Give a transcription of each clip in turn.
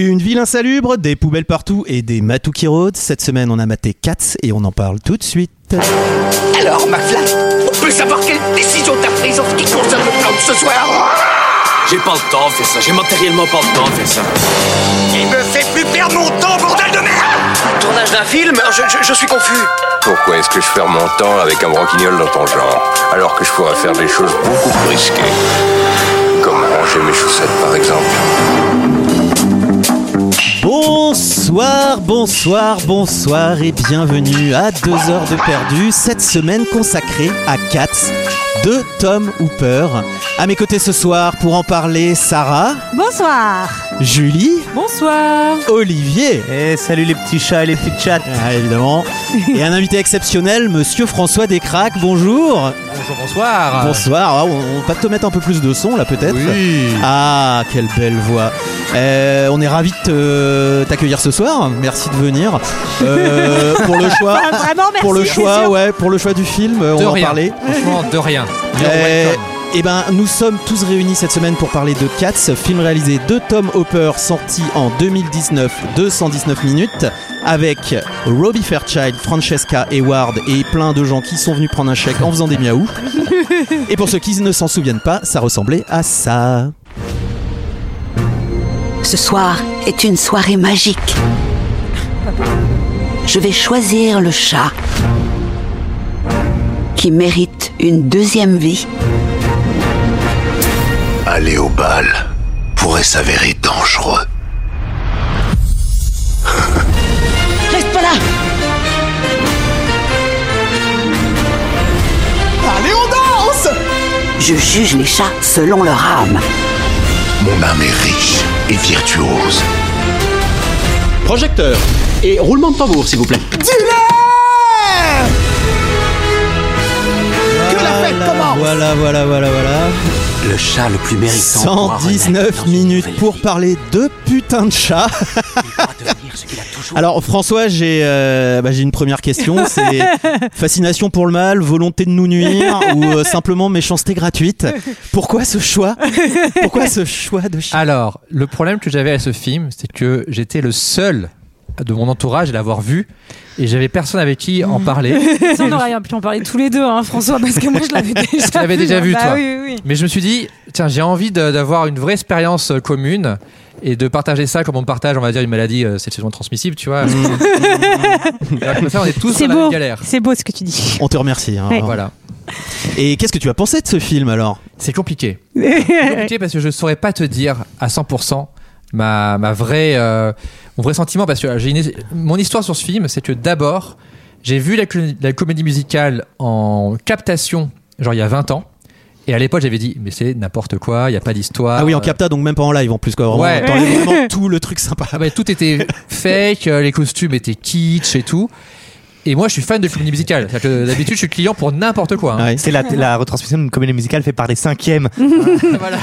Une ville insalubre, des poubelles partout et des matous qui rôdent. Cette semaine, on a maté Cats et on en parle tout de suite. Alors, McFly, on peut savoir quelle décision t'as prise en ce qui concerne le plan de ce soir? J'ai pas le temps de faire ça, j'ai matériellement pas le temps de faire ça. Il me fait plus perdre mon temps, bordel de merde! Tournage d'un film? Je suis confus. Pourquoi est-ce que je perds mon temps avec un branquignol dans ton genre, alors que je pourrais faire des choses beaucoup plus risquées? Comme ranger mes chaussettes, par exemple. Bonsoir et bienvenue à 2 heures de perdu, cette semaine consacrée à Cats de Tom Hooper. À mes côtés ce soir pour en parler, Sarah. Bonsoir. Julie. Bonsoir. Olivier. Et salut les petits chats et les petites chattes. Ah, évidemment. Et un invité exceptionnel, monsieur François Descraques, bonjour. Bonsoir. Bonsoir. Ah, on va te mettre un peu plus de son là peut-être. Oui. Ah, quelle belle voix. On est ravis de t'accueillir ce soir. Merci de venir. Pour le choix, Vraiment, merci, pour le choix du film, on va en parler. Franchement, de rien. Eh ben, nous sommes tous réunis cette semaine pour parler de Cats, film réalisé de Tom Hooper, sorti en 2019, 219 minutes, avec Robbie Fairchild, Francesca Hayward et plein de gens qui sont venus prendre un chèque en faisant des miaou. Et pour ceux qui ne s'en souviennent pas, ça ressemblait à ça. Ce soir est une soirée magique. Je vais choisir le chat qui mérite une deuxième vie. Aller au bal pourrait s'avérer dangereux. Reste pas là! Allez, on danse! Je juge les chats selon leur âme. Mon âme est riche et virtuose. Projecteur et roulement de tambour, s'il vous plaît. Voilà. Le chat le plus méritant. 119 minutes pour parler de putain de chat. Alors François, j'ai une première question. C'est fascination pour le mal, volonté de nous nuire ou simplement méchanceté gratuite? Pourquoi ce choix de chat? Alors, le problème que j'avais à ce film, c'est que j'étais le seul de mon entourage à l'avoir vu et j'avais personne avec qui en parler. On aurait pu en parler tous les deux, hein, François, parce que moi je l'avais déjà vu. Tu l'avais déjà vu, toi. Oui. Mais je me suis dit, tiens, j'ai envie d'avoir une vraie expérience commune et de partager ça comme on partage, on va dire, une maladie sexuellement transmissible, tu vois. Alors, comme ça, on est tous dans la même galère. C'est beau ce que tu dis. On te remercie. Hein. Ouais. Voilà. Et qu'est-ce que tu as pensé de ce film alors? C'est compliqué. C'est compliqué parce que je ne saurais pas te dire à 100% mon vrai sentiment, parce que mon histoire sur ce film, c'est que d'abord j'ai vu la comédie musicale en captation genre il y a 20 ans et à l'époque j'avais dit mais c'est n'importe quoi, il n'y a pas d'histoire. Ah oui, en capta, donc même pas en live en plus quoi. Vraiment, ouais. t'enlèves vraiment tout le truc sympa. Ah bah, tout était fake, les costumes étaient kitsch et tout. Et moi, je suis fan de comédie musicale. C'est-à-dire que d'habitude, je suis client pour n'importe quoi. Hein. Ouais. C'est la retransmission d'une comédie musicale faite par les 5e Voilà.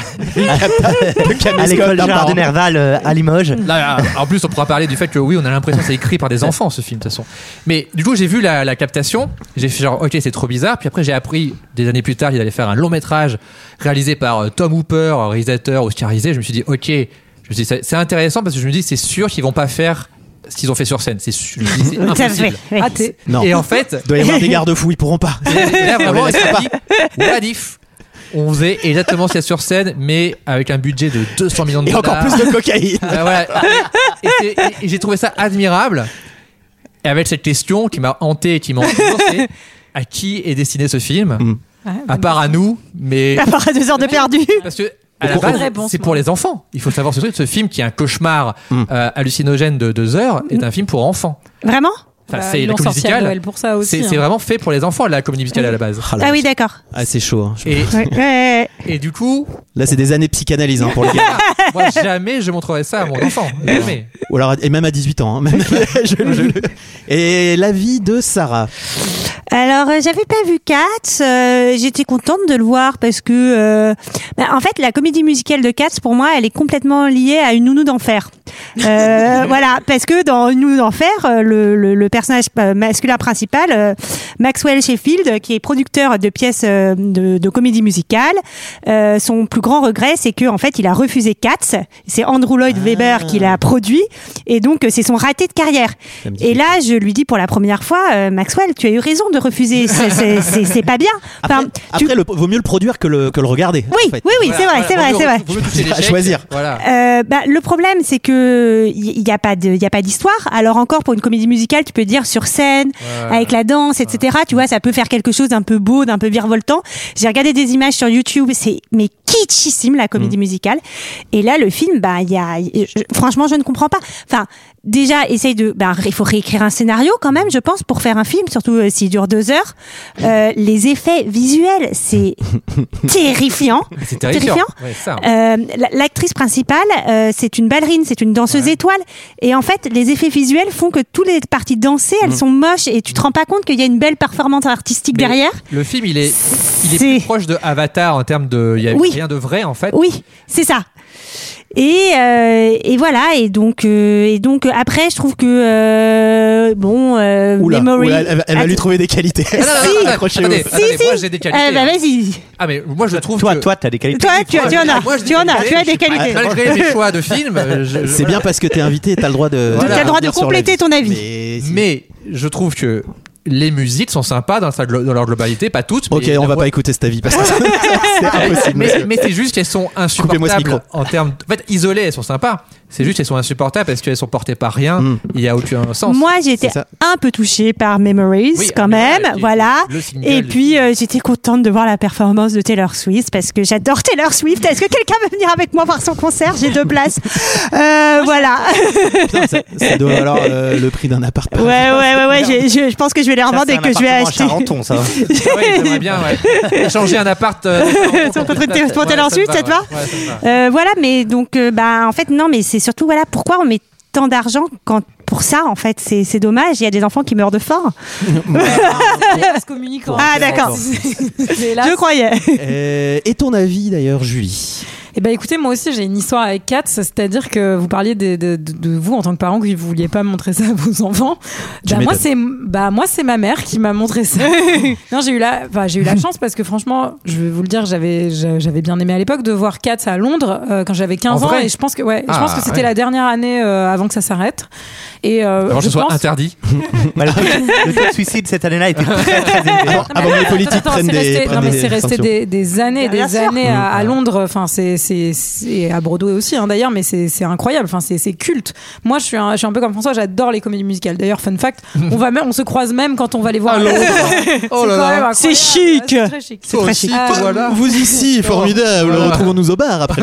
à l'école Jardin Nerval à Limoges. Là, en plus, on pourra parler du fait que oui, on a l'impression que c'est écrit par des enfants, ce film, de toute façon. Mais du coup, j'ai vu la captation. J'ai fait genre, ok, c'est trop bizarre. Puis après, j'ai appris des années plus tard qu'il allait faire un long métrage réalisé par Tom Hooper, réalisateur oscarisé. Je me suis dit, ok, c'est intéressant parce que je me dis, c'est sûr qu'ils vont pas faire ce qu'ils ont fait sur scène, c'est impossible. Non. Et en fait, il doit y avoir des garde-fous, ils pourront pas. Là, vraiment, il s'est dit, what if on faisait exactement ce qu'il y a sur scène, mais avec un budget de 200 millions de et dollars. encore plus de cocaïne. Voilà. Et j'ai trouvé ça admirable. Et avec cette question qui m'a hanté et qui m'a c'est à qui est destiné ce film? À part à nous, mais À part à 2 heures de perdu. parce que à la base, c'est pour les enfants. Il faut savoir ce film qui est un cauchemar hallucinogène de 2 heures est un film pour enfants. Vraiment? Enfin, c'est la comédie musicale. Pour ça aussi, c'est vraiment fait pour les enfants, la comédie musicale à la base. Ah oui, d'accord. Ah, c'est chaud. Hein. Et du coup, là, c'est des années de psychanalyse hein, pour les gars. moi, jamais je montrerai ça à mon enfant. Jamais. Ou alors, et même à 18 ans. Hein, même. Et l'avis de Sarah. Alors, j'avais pas vu Cats. J'étais contente de le voir parce que, en fait, la comédie musicale de Cats, pour moi, elle est complètement liée à Une nounou d'enfer. Voilà, parce que dans Une nounou d'enfer, le personnage masculin principal, Maxwell Sheffield, qui est producteur de pièces de comédie musicale, son plus grand regret, c'est que en fait, il a refusé Cats. C'est Andrew Lloyd Webber qui l'a produit, et donc c'est son raté de carrière. Et là, je lui dis pour la première fois, Maxwell, tu as eu raison de refuser. C'est pas bien. Enfin, après, vaut mieux le produire que le regarder. Oui, en fait. oui, c'est vrai. À choisir. Voilà. Le problème, c'est que il y a pas d'histoire. Alors encore pour une comédie musicale, tu peux dire sur scène, avec la danse, etc. Tu vois, ça peut faire quelque chose d'un peu beau, d'un peu virevoltant. J'ai regardé des images sur YouTube, c'est mais kitschissime la comédie musicale. Et là, le film, franchement, je ne comprends pas. Enfin, déjà, il faut réécrire un scénario quand même, je pense, pour faire un film, surtout s'il dure 2 heures. Les effets visuels, c'est terrifiant. C'est terrifiant. Ouais, ça. L'actrice principale, c'est une ballerine, c'est une danseuse étoile. Et en fait, les effets visuels font que toutes les parties dansées, elles sont moches et tu te rends pas compte qu'il y a une belle performance artistique derrière. Le film, il est plus proche de Avatar en termes de... Il y a rien de vrai, en fait. Oui, c'est ça. Et voilà, et donc après je trouve que Memory, elle va lui trouver des qualités. Attendez, moi j'ai des qualités. Vas-y. Ah mais moi je trouve toi t'as des qualités. Toi tu en as des qualités. Malgré mes choix de film, c'est bien parce que t'es invité, t'as le droit de. T'as le droit de compléter ton avis. Mais je trouve que les musiques sont sympas dans leur globalité, pas toutes. Ok, on va pas écouter cet avis parce que c'est impossible. Mais c'est juste qu'elles sont insupportables en termes. En fait, isolées, elles sont sympas. C'est juste qu'elles sont insupportables parce qu'elles sont portées par rien. Il y a aucun sens. Moi, j'étais un peu touchée par Memories quand même, voilà. Et puis j'étais contente de voir la performance de Taylor Swift parce que j'adore Taylor Swift. Est-ce que quelqu'un veut venir avec moi voir son concert? J'ai 2 places. Voilà. Putain, ça doit valoir le prix d'un appart. Ouais. Je pense que je vais les revendre et que je vais acheter. Charenton, ça. Oui, j'aimerais bien. Changer un appart. Pour Taylor Swift, cette fois. Voilà, mais donc, en fait, non, mais c'est surtout, voilà, pourquoi on met tant d'argent quand pour ça, en fait, c'est dommage. Il y a des enfants qui meurent de faim. Ah, d'accord. Je croyais. Et ton avis, d'ailleurs, Julie? Eh ben écoutez, moi aussi j'ai une histoire avec Cats, c'est-à-dire que vous parliez de vous en tant que parent que vous vouliez pas montrer ça à vos enfants. Moi c'est ma mère qui m'a montré ça. Non, j'ai eu la chance parce que franchement, je vais vous le dire, j'avais bien aimé à l'époque de voir Cats à Londres quand j'avais 15 ans et je pense que c'était la dernière année avant que ça s'arrête. Et avant que ce soit interdit. Le taux de suicide cette année-là était très très élevé. Avant que les politiques prennent des. Non, mais c'est resté des années à Londres. Enfin, c'est à Broadway aussi, d'ailleurs, mais c'est incroyable. Enfin, c'est culte. Moi, je suis un peu comme François. J'adore les comédies musicales. D'ailleurs, fun fact, on se croise même quand on va les voir à Londres. Oh là là, c'est chic. C'est très chic. C'est très chic. Vous ici, formidable. Retrouvons-nous au bar après.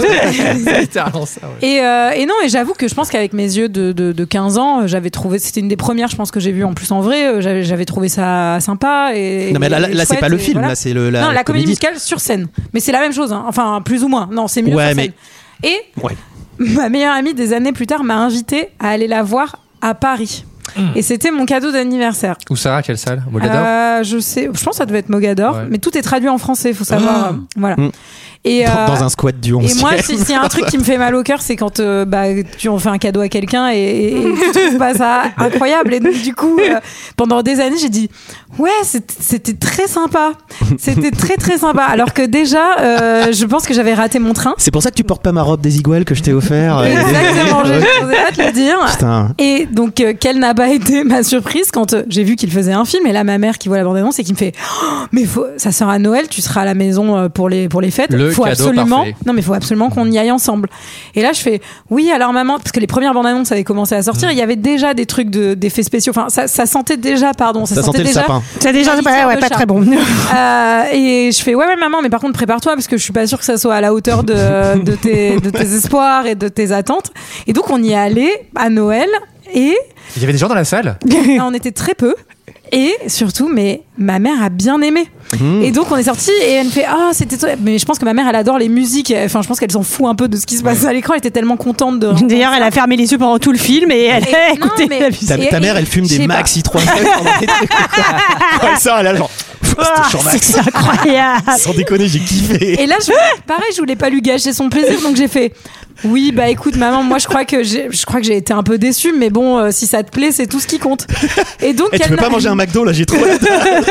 Et non, et j'avoue que je pense qu'avec mes yeux de 15 ans, j'avais trouvé, c'était une des premières, je pense, que j'ai vu en plus en vrai. J'avais trouvé ça sympa. Non, mais là c'est pas le film, là c'est la comédie musicale sur scène. Mais c'est la même chose, enfin plus ou moins. Non, c'est mieux sur scène. Et ma meilleure amie des années plus tard m'a invitée à aller la voir à Paris. Et c'était mon cadeau d'anniversaire. Où ça, quelle salle? Mogador? Je pense que ça devait être Mogador, mais tout est traduit en français, faut savoir. Voilà. Et dans un squat du 11e. Et moi, s'il y a un truc qui me fait mal au cœur, c'est quand tu en fais un cadeau à quelqu'un et tu trouves pas ça incroyable. Et donc, du coup, pendant des années, j'ai dit ouais, c'était très sympa. C'était très très sympa. Alors que déjà, je pense que j'avais raté mon train. C'est pour ça que tu portes pas ma robe des Iguales que je t'ai offert. Exactement, je n'osais pas te le dire. Putain. Et donc, quelle n'a pas été ma surprise quand j'ai vu qu'il faisait un film. Et là, ma mère qui voit la bande-annonce et qui me fait mais ça sort à Noël, tu seras à la maison pour les fêtes. Faut absolument qu'on y aille ensemble. Et là je fais oui, alors maman, parce que les premières bandes annonces avaient commencé à sortir, il y avait déjà des trucs d'effets spéciaux, enfin ça sentait déjà ça sentait le déjà sapin. C'est déjà pas très bon. Et je fais ouais maman, mais par contre prépare-toi parce que je suis pas sûre que ça soit à la hauteur de tes espoirs et de tes attentes. Et donc on y est allé à Noël et il y avait des gens dans la salle. On était très peu. Et surtout, mais ma mère a bien aimé. Et donc on est sortis et elle me fait c'était toi. Mais je pense que ma mère elle adore les musiques, enfin je pense qu'elle s'en fout un peu de ce qui se passe à l'écran. Elle était tellement contente de d'ailleurs elle a fermé les yeux pendant tout le film et elle a écouté la musique. Ta mère elle fume des Maxi 3 quand elle sort elle a genre c'est incroyable. Sans déconner j'ai kiffé. Et là je voulais pas lui gâcher son plaisir donc j'ai fait oui bah écoute maman moi je crois que j'ai été un peu déçue mais bon si ça te plaît c'est tout ce qui compte. Et donc tu peux pas manger un McDo là j'ai trop hâte.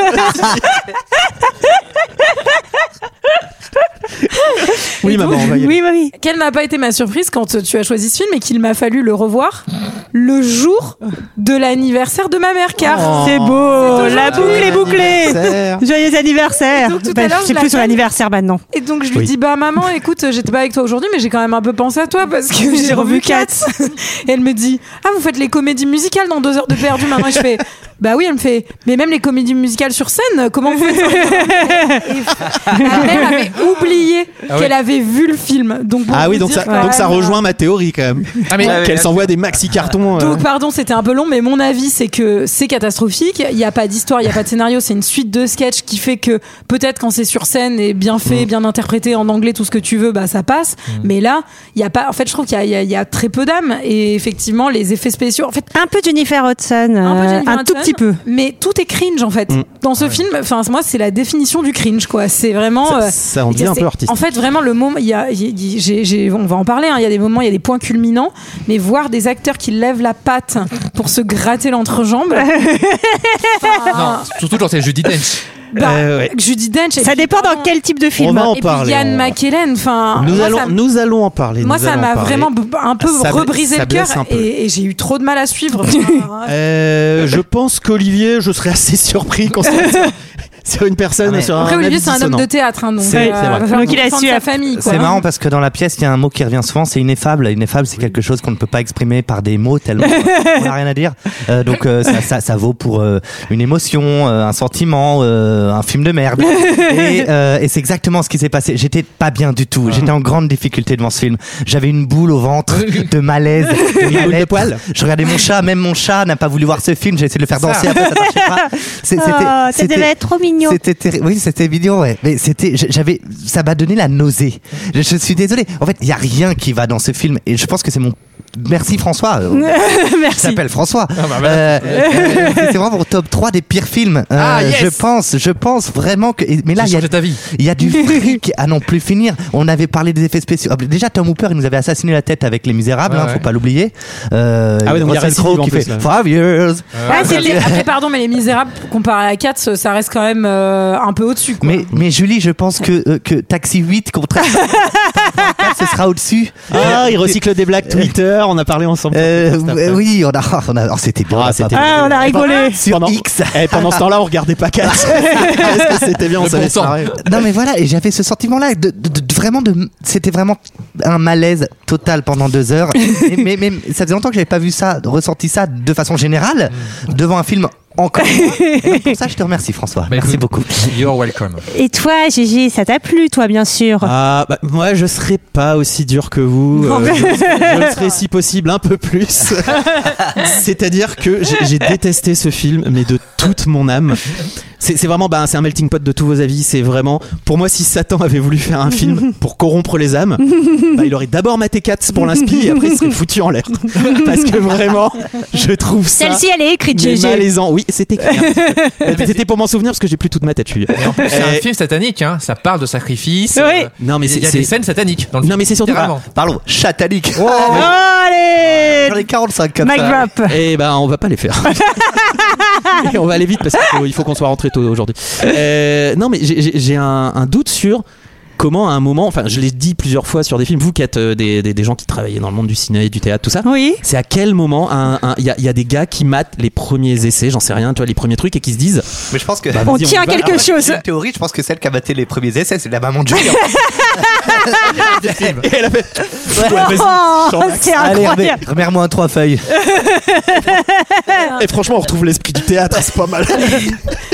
Oui maman on va y aller. Oui. Quelle n'a pas été ma surprise quand tu as choisi ce film et qu'il m'a fallu le revoir le jour de l'anniversaire de ma mère car c'est beau, la boucle est bouclée. Joyeux anniversaire. Donc, tout à l'heure, c'est plus sur l'anniversaire maintenant. Et donc je lui dis bah maman écoute j'étais pas avec toi aujourd'hui mais j'ai quand même un peu pensé à toi parce que j'ai revu Cats. Et elle me dit vous faites les comédies musicales dans 2 heures de perdu maintenant. Et je fais bah oui. Elle me fait mais même les comédies musicales sur scène comment vous faites? Et ma mère avait oublié qu'elle avait vu le film donc ça rejoint ma théorie quand même qu'elle s'envoie des maxi cartons. Donc pardon c'était un peu long mais mon avis c'est que c'est catastrophique. Il n'y a pas d'histoire, il n'y a pas de scénario, c'est une suite de sketchs qui fait que peut-être quand c'est sur scène et bien fait, bien interprété en anglais, tout ce que tu veux, bah ça passe. Mais là, il y a pas. En fait, je trouve qu'il y a très peu d'âme et effectivement les effets spéciaux. En fait, un peu Jennifer Hudson, un tout petit peu. Mais tout est cringe en fait. Dans ce film, enfin moi c'est la définition du cringe quoi. C'est vraiment. Ça en dit un peu artistique. En fait vraiment le moment, on va en parler. Il y a des moments, il y a des points culminants, mais voir des acteurs qui lèvent la patte pour se gratter l'entrejambe. Non, surtout quand c'est Judi Dench. Judi Dench. Ça dépend dans quel type de film. On va en parler. Et puis Ian McKellen. Enfin, nous allons en parler. Moi, ça m'a vraiment un peu rebrisé le cœur et j'ai eu trop de mal à suivre. Je pense qu'Olivier, je serais assez surpris qu'on soit sur une personne. Après, Olivier, c'est un homme de théâtre, donc c'est vrai. Donc il a su sa famille. C'est marrant parce que dans la pièce, il y a un mot qui revient souvent, c'est ineffable. Ineffable, c'est quelque chose qu'on ne peut pas exprimer par des mots tellement on n'a rien à dire. Donc ça vaut pour une émotion, un sentiment, un film de merde. Et c'est exactement ce qui s'est passé. J'étais pas bien du tout. J'étais en grande difficulté devant ce film. J'avais une boule au ventre de malaise, de poil. Je regardais mon chat. Même mon chat n'a pas voulu voir ce film. J'ai essayé de le faire danser. Après, ça marchait pas. Ça devait être trop mignon. Oui, c'était mignon, ouais. Mais ça m'a donné la nausée. Je suis désolé. En fait, il y a rien qui va dans ce film, et je pense que c'est mon. Merci François. Merci. Il s'appelle François. C'est vraiment mon top 3 des pires films. Yes. Je pense vraiment que. Mais là, il y a du fric à non plus finir. On avait parlé des effets spéciaux. Déjà, Tom Hooper, il nous avait assassiné la tête avec Les Misérables, faut pas l'oublier. Donc il y a Russell Crowe qui fait 5 years. Après, pardon, mais Les Misérables, comparé à Cats, ça reste quand même un peu au-dessus. Quoi. Mais Julie, je pense que Taxi 8 contre ce sera au-dessus. Il recycle des blagues Twitter. On a parlé ensemble. Oui, on a c'était bien. On a rigolé. Sur X. Pendant ce temps-là, on regardait pas Cats. Est-ce que c'était bien, on savait ça. Non, mais voilà, et j'avais ce sentiment-là c'était vraiment un malaise total pendant 2 heures. mais ça faisait longtemps que j'avais pas ressenti ça de façon générale devant un film. Encore. Donc pour ça, je te remercie, François. Merci beaucoup. You're welcome. Et toi, Gégé, ça t'a plu, toi, bien sûr? Moi, je serais pas aussi dur que vous. Je le serais, si possible, un peu plus. C'est-à-dire que j'ai détesté ce film, mais de toute mon âme. C'est vraiment, c'est un melting pot de tous vos avis. C'est vraiment, pour moi, si Satan avait voulu faire un film pour corrompre les âmes, il aurait d'abord maté Cats pour l'inspi et après il serait foutu en l'air. Parce que vraiment, je trouve ça. Celle-ci, elle est écrite, Gégé. Malaisant. Oui, c'était écrit. C'était pour m'en souvenir parce que j'ai plus toute ma tête. En plus, c'est un film satanique, ça parle de sacrifice. Oui. Non, mais il y a des scènes sataniques dans le film. Non, mais c'est surtout. Pardon, satanique. Allez, j'en ai 45 comme Mic ça. drop. Et on va pas les faire. Et on va aller vite parce qu'il faut qu'on soit rentré tôt aujourd'hui. Non, mais j'ai un doute sur comment à un moment, enfin je l'ai dit plusieurs fois sur des films, vous qui êtes des gens qui travaillaient dans le monde du ciné, du théâtre, tout ça, oui. C'est à quel moment il y a des gars qui matent les premiers essais, j'en sais rien, tu vois, les premiers trucs et qui se disent mais je pense que on tient à quelque chose. En théorie, je pense que celle qui a maté les premiers essais, c'est la maman de Julie. Et elle a fait c'est incroyable. Allez, remets-moi un 3 feuilles. Et franchement on retrouve l'esprit du théâtre, c'est pas mal.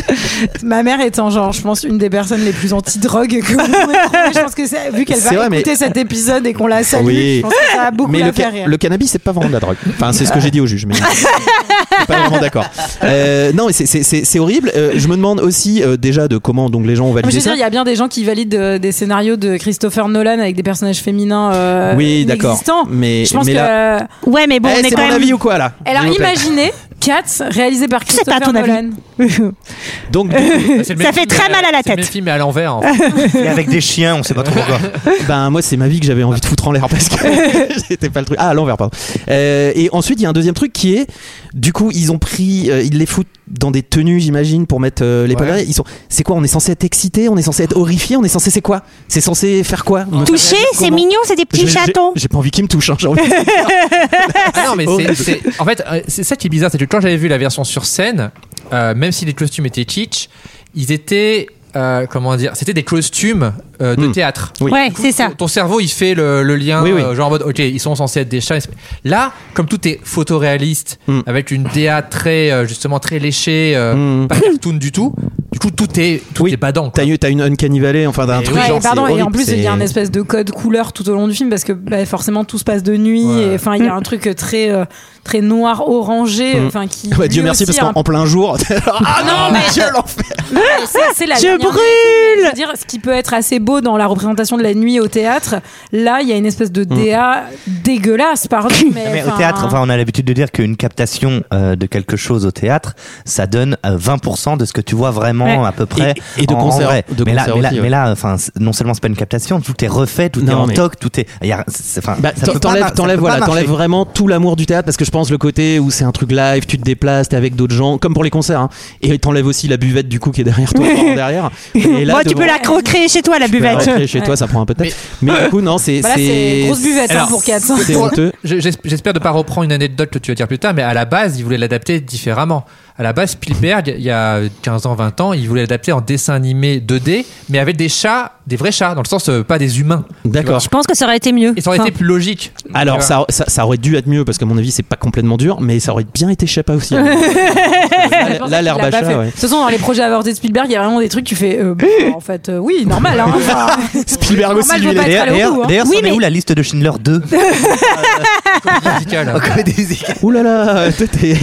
Ma mère étant genre, je pense, une des personnes les plus anti-drogue que vous pouvez trouver. Je pense que vu qu'elle va écouter cet épisode et qu'on la salue, je pense que ça a beaucoup la faire rire. Le cannabis, c'est pas vraiment de la drogue. Enfin, c'est ce que j'ai dit au juge, mais je suis pas vraiment d'accord. Non, mais c'est horrible. Je me demande aussi déjà de comment donc les gens ont validé ça. Je veux dire, il y a bien des gens qui valident des scénarios de Christopher Nolan avec des personnages féminins oui, d'accord. inexistants. Mais je pense mais que ouais, mais bon, on est c'est quand mon même avis ou quoi là? Alors imaginez Cats réalisé par Christopher Nolan. Donc ça fait très mal à la tête. Le film est à l'envers. En fait. Et avec des chiens, on sait pas trop pourquoi. Ben moi c'est ma vie que j'avais envie de foutre en l'air parce que c'était pas le truc. Ah, à l'envers pardon. Et ensuite il y a un deuxième truc qui est du coup ils ont pris ils les foutent dans des tenues j'imagine pour mettre les palais. C'est quoi? On est censé être excité, on est censé être horrifié, on est censé c'est quoi? C'est censé faire quoi? Toucher, c'est mignon, c'est des petits chatons. J'ai pas envie qu'ils me touchent. Hein, j'ai envie de non mais en fait c'est ça qui est bizarre, c'est que quand j'avais vu la version sur scène, même si les costumes étaient kitsch, ils étaient comment dire, c'était des costumes de théâtre. Oui. Ouais, c'est ça. Ton cerveau il fait le lien genre en mode ok, ils sont censés être des chats. Là, comme tout est photoréaliste avec une DA très justement très léchée, pas cartoon du coup tout est badant. T'as une Uncanny Valley, enfin d'un truc genre. Pardon, et en plus il y a un espèce de code couleur tout au long du film parce que forcément tout se passe de nuit et enfin il y a un truc très noir orangé enfin qui Dieu merci parce qu'en plein jour non mais Dieu l'enfer. C'est la je brûle. Je veux dire ce qui peut être assez beau dans la représentation de la nuit au théâtre, là il y a une espèce de DA dégueulasse pardon mais au théâtre on a l'habitude de dire qu'une captation de quelque chose au théâtre ça donne 20% de ce que tu vois vraiment à peu près et de concert vrai. De mais là enfin non seulement c'est pas une captation, tout est refait, tout est en toc, tout est t'enlèves vraiment tout l'amour du théâtre parce que je pense le côté où c'est un truc live, tu te déplaces, t'es avec d'autres gens comme pour les concerts hein, et t'enlèves aussi la buvette du coup qui est derrière toi derrière. Et là, tu peux la recréer chez toi la buvette. Recréer chez toi ça prend un peu de temps. Mais du coup non c'est grosse buvette pour 400. C'est honteux. J'espère de pas reprendre une anecdote que tu vas dire plus tard, mais à la base ils voulaient l'adapter différemment. À la base, Spielberg, il y a 15 ans, 20 ans, il voulait l'adapter en dessin animé 2D, mais avec des chats, des vrais chats, dans le sens pas des humains. D'accord. Je pense que ça aurait été mieux. Et ça aurait été plus logique. Alors, ça aurait dû être mieux, parce qu'à mon avis, c'est pas complètement dur, mais ça aurait bien été Chapa aussi. Là, l'herbe à chat, ouais. De toute façon, dans les projets avortés de Spielberg, il y a vraiment des trucs, tu fais, en fait, oui, normal. Hein, Spielberg aussi, lui, d'ailleurs, c'en est où la liste de Schindler 2 Comédie musicale. Ouh là là, t'es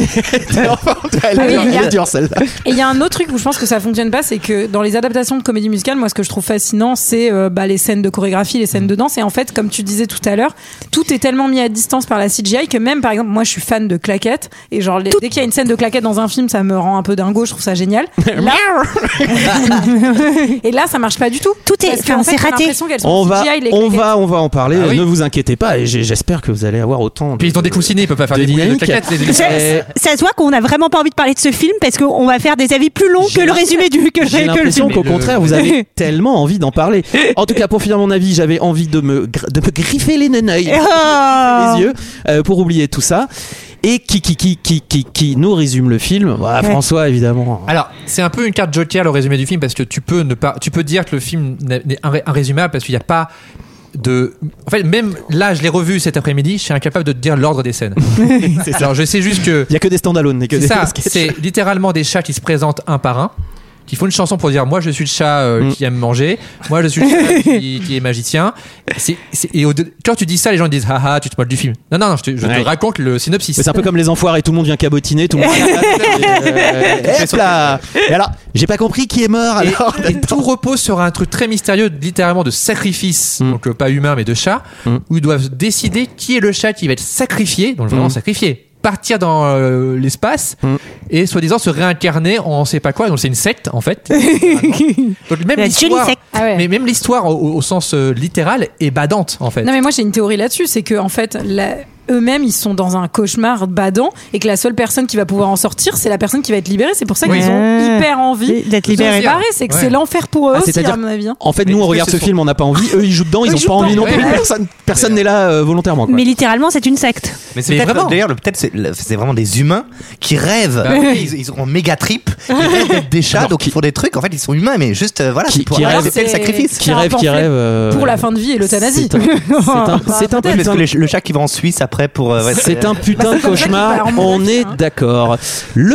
dur celle-là. Et il y a un autre truc où je pense que ça fonctionne pas, c'est que dans les adaptations de comédie musicale, moi ce que je trouve fascinant, c'est les scènes de chorégraphie, les scènes de danse. Et en fait, comme tu disais tout à l'heure, tout est tellement mis à distance par la CGI que même par exemple, moi je suis fan de claquettes et genre dès qu'il y a une scène de claquettes dans un film, ça me rend un peu dingo, je trouve ça génial. Là... et là, ça marche pas du tout. Tout est, c'est raté. On va en parler. Ah, oui. Ne vous inquiétez pas. Et j'espère que vous allez avoir autant. Puis ils ont des coussinets, ils peuvent pas faire des claquettes. Ça se voit qu'on a vraiment pas envie de parler de ce film parce qu'on va faire des avis plus longs que le résumé du que j'ai l'impression qu'au contraire vous avez tellement envie d'en parler. En tout cas pour finir mon avis, j'avais envie de me griffer les neneuils, les yeux pour oublier tout ça. Et qui nous résume le film. Voilà, François évidemment. Alors c'est un peu une carte joker le résumé du film parce que tu peux dire que le film n'est irrésumable parce qu'il n'y a pas en fait, même là, je l'ai revu cet après-midi, je suis incapable de te dire l'ordre des scènes. C'est ça. Alors, je sais juste que. Il n'y a que des stand-alone. C'est littéralement des chats qui se présentent un par un, qui font une chanson pour dire moi je suis le chat qui aime manger, moi je suis le chat qui est magicien. Quand tu dis ça, les gens disent haha, tu te moques du film. Non, je te raconte le synopsis. Mais c'est un peu comme les enfoirés, tout le monde vient cabotiner, tout le monde. Et alors, j'ai pas compris qui est mort. Alors, et tout repose sur un truc très mystérieux, littéralement de sacrifice, donc pas humain mais de chat, où ils doivent décider qui est le chat qui va être sacrifié, donc vraiment sacrifié. Partir dans l'espace et soi-disant se réincarner en on sait pas quoi, donc c'est une secte en fait. Donc même l'histoire, mais même l'histoire au sens littéral est badante en fait. Non mais moi j'ai une théorie là-dessus, c'est que en fait eux-mêmes ils sont dans un cauchemar badant et que la seule personne qui va pouvoir en sortir c'est la personne qui va être libérée. C'est pour ça qu'ils ont hyper envie d'être libérés. C'est que c'est l'enfer pour eux aussi à mon avis. En fait nous on regarde ce film, on n'a pas envie, eux ils jouent dedans, ils ont pas envie non plus. Personne n'est là volontairement quoi. Mais littéralement c'est une secte. Mais c'est peut-être c'est vraiment des humains qui rêvent. Ils ont méga trip, ils rêvent d'être des chats, donc ils font des trucs. En fait ils sont humains mais juste voilà qui rêvent le sacrifice. Qui rêvent pour la fin de vie et l'euthanasie. C'est un parce que le chat qui va en Suisse après pour c'est un putain de cauchemar, on est d'accord. Le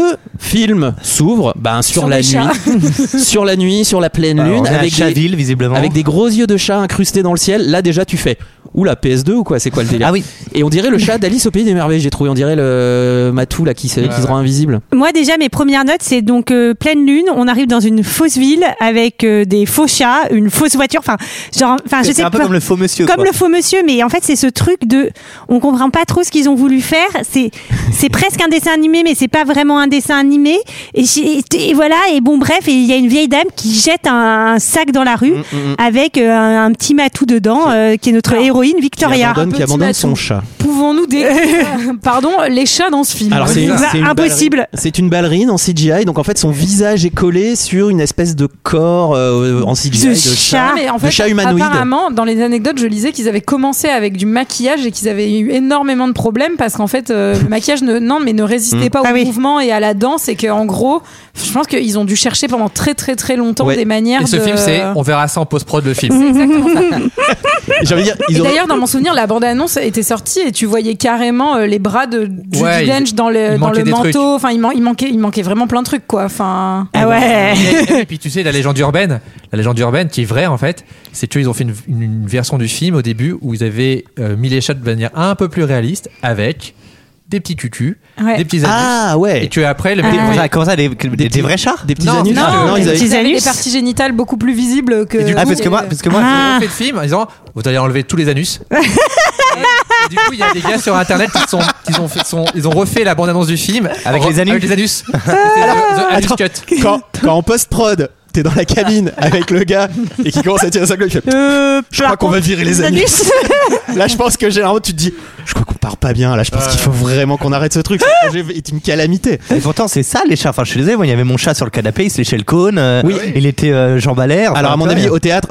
Film s'ouvre sur la nuit, sur la pleine lune, avec des gros yeux de chat incrustés dans le ciel. Là déjà tu fais oula, PS2 ou quoi, c'est quoi le délire? Ah oui. Et on dirait le chat d'Alice au pays des merveilles, j'ai trouvé, on dirait le Matou là qui se rend invisible. Moi déjà mes premières notes c'est donc pleine lune, on arrive dans une fausse ville avec des faux chats, une fausse voiture, je sais un peu comme le faux monsieur. Comme le faux monsieur, mais en fait c'est ce truc de on comprend pas trop ce qu'ils ont voulu faire, c'est presque un dessin animé mais c'est pas vraiment un dessin animé et voilà, et bon bref, et il y a une vieille dame qui jette un sac dans la rue avec un petit matou dedans qui est notre héroïne Victoria qui abandonne son chat. Pouvons-nous décrire les chats dans ce film? Alors c'est impossible. C'est une ballerine en CGI, donc en fait son visage est collé sur une espèce de corps en CGI de chat, mais en fait, de chat humanoïde. Apparemment, dans les anecdotes, je lisais qu'ils avaient commencé avec du maquillage et qu'ils avaient eu énormément de problèmes parce qu'en fait, le maquillage ne résistait pas au mouvement et à la danse, et qu'en gros, je pense qu'ils ont dû chercher pendant très très très longtemps des manières et ce film, on verra ça en post-prod, le film. C'est exactement ça. J'ai envie de dire, D'ailleurs, dans mon souvenir, la bande-annonce était sortie et tu voyais carrément les bras de Judi Dench dans le manteau. Enfin, il manquait vraiment plein de trucs, quoi. Enfin, Et puis tu sais, la légende urbaine qui est vraie en fait, c'est qu'ils ont fait une version du film au début où ils avaient mis les chats de manière un peu plus réaliste avec des petits cucus, des petits anus. Ah ouais. Et que après comment ça, des vrais chats, des petits anus. Non, ils avaient des parties génitales beaucoup plus visibles que. Parce que moi, ils ont fait le film en disant vous allez enlever tous les anus. Et du coup, il y a des gars sur internet ils ont refait la bande-annonce du film avec les anus. Anus cut. Quand en post-prod, t'es dans la cabine avec le gars et qui commence à tirer sa gueule, il fait je crois qu'on va virer les anus. Là, je pense que généralement tu te dis je crois qu'on part pas bien. Là, je pense qu'il faut vraiment qu'on arrête ce truc. C'est une calamité. Et pourtant, c'est ça les chats. Enfin, je suis désolé, moi, il y avait mon chat sur le canapé, il se léchait le cône. Il était Jean Balaire. Alors, à mon avis, au théâtre,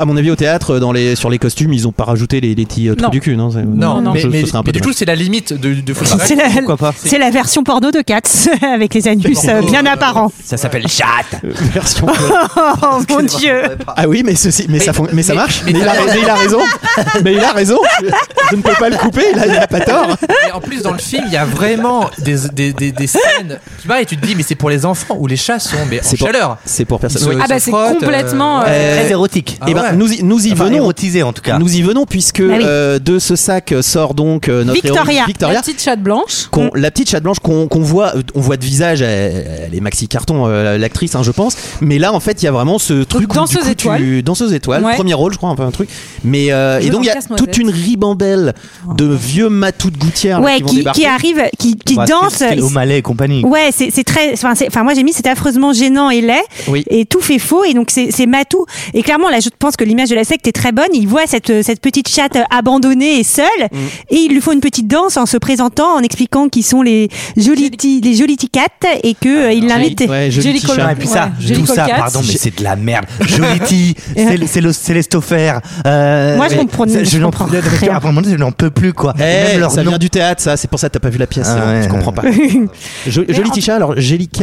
sur les costumes, ils ont pas rajouté les petits trous du cul, non? Non, mais du coup, c'est la limite de Full Paragraph. Pourquoi pas? C'est la version porno de Cats avec les anus bien apparents. Ça s'appelle chat. Version. Oh mon Dieu. Ah oui, mais ça marche. Mais il a raison. Mais il a raison. Je ne peux pas le couper. Là, il a pas tort. Et en plus, dans le film, il y a vraiment des scènes. Et tu te dis, mais c'est pour les enfants où les chats sont en chaleur. C'est pour personne. C'est complètement très érotique. Et ben nous y venons. Érotisé en tout cas. Nous y venons puisque de ce sac sort donc notre Victoria, la petite chatte blanche. La petite chatte blanche qu'on voit, on voit de visage. Elle est maxi carton, l'actrice, je pense. Mais là, en fait, il y a vraiment ce truc danseuse étoile, premier rôle, je crois, un peu un truc. Mais et donc il y a toute une ribambelle de vieux matous de gouttière qui arrive, qui danse. Au Malais et compagnie. Ouais, c'est très. Enfin, moi j'ai mis c'est affreusement gênant et laid, et tout fait faux, et donc c'est matou. Et clairement là, je pense que l'image de la secte est très bonne. Il voit cette petite chatte abandonnée et seule, et il lui faut une petite danse en se présentant, en expliquant qu'ils sont les Jollity Cats et que il l'invite. Jollity Chat. Et puis ça, tout ça, pardon, mais c'est de la merde. Jollity, c'est l'estofère. Moi je comprends rien. Je n'en peux plus quoi. Ça vient du théâtre, ça. C'est pour ça que t'as pas vu la pièce. Je comprends pas. Jollity Chat, alors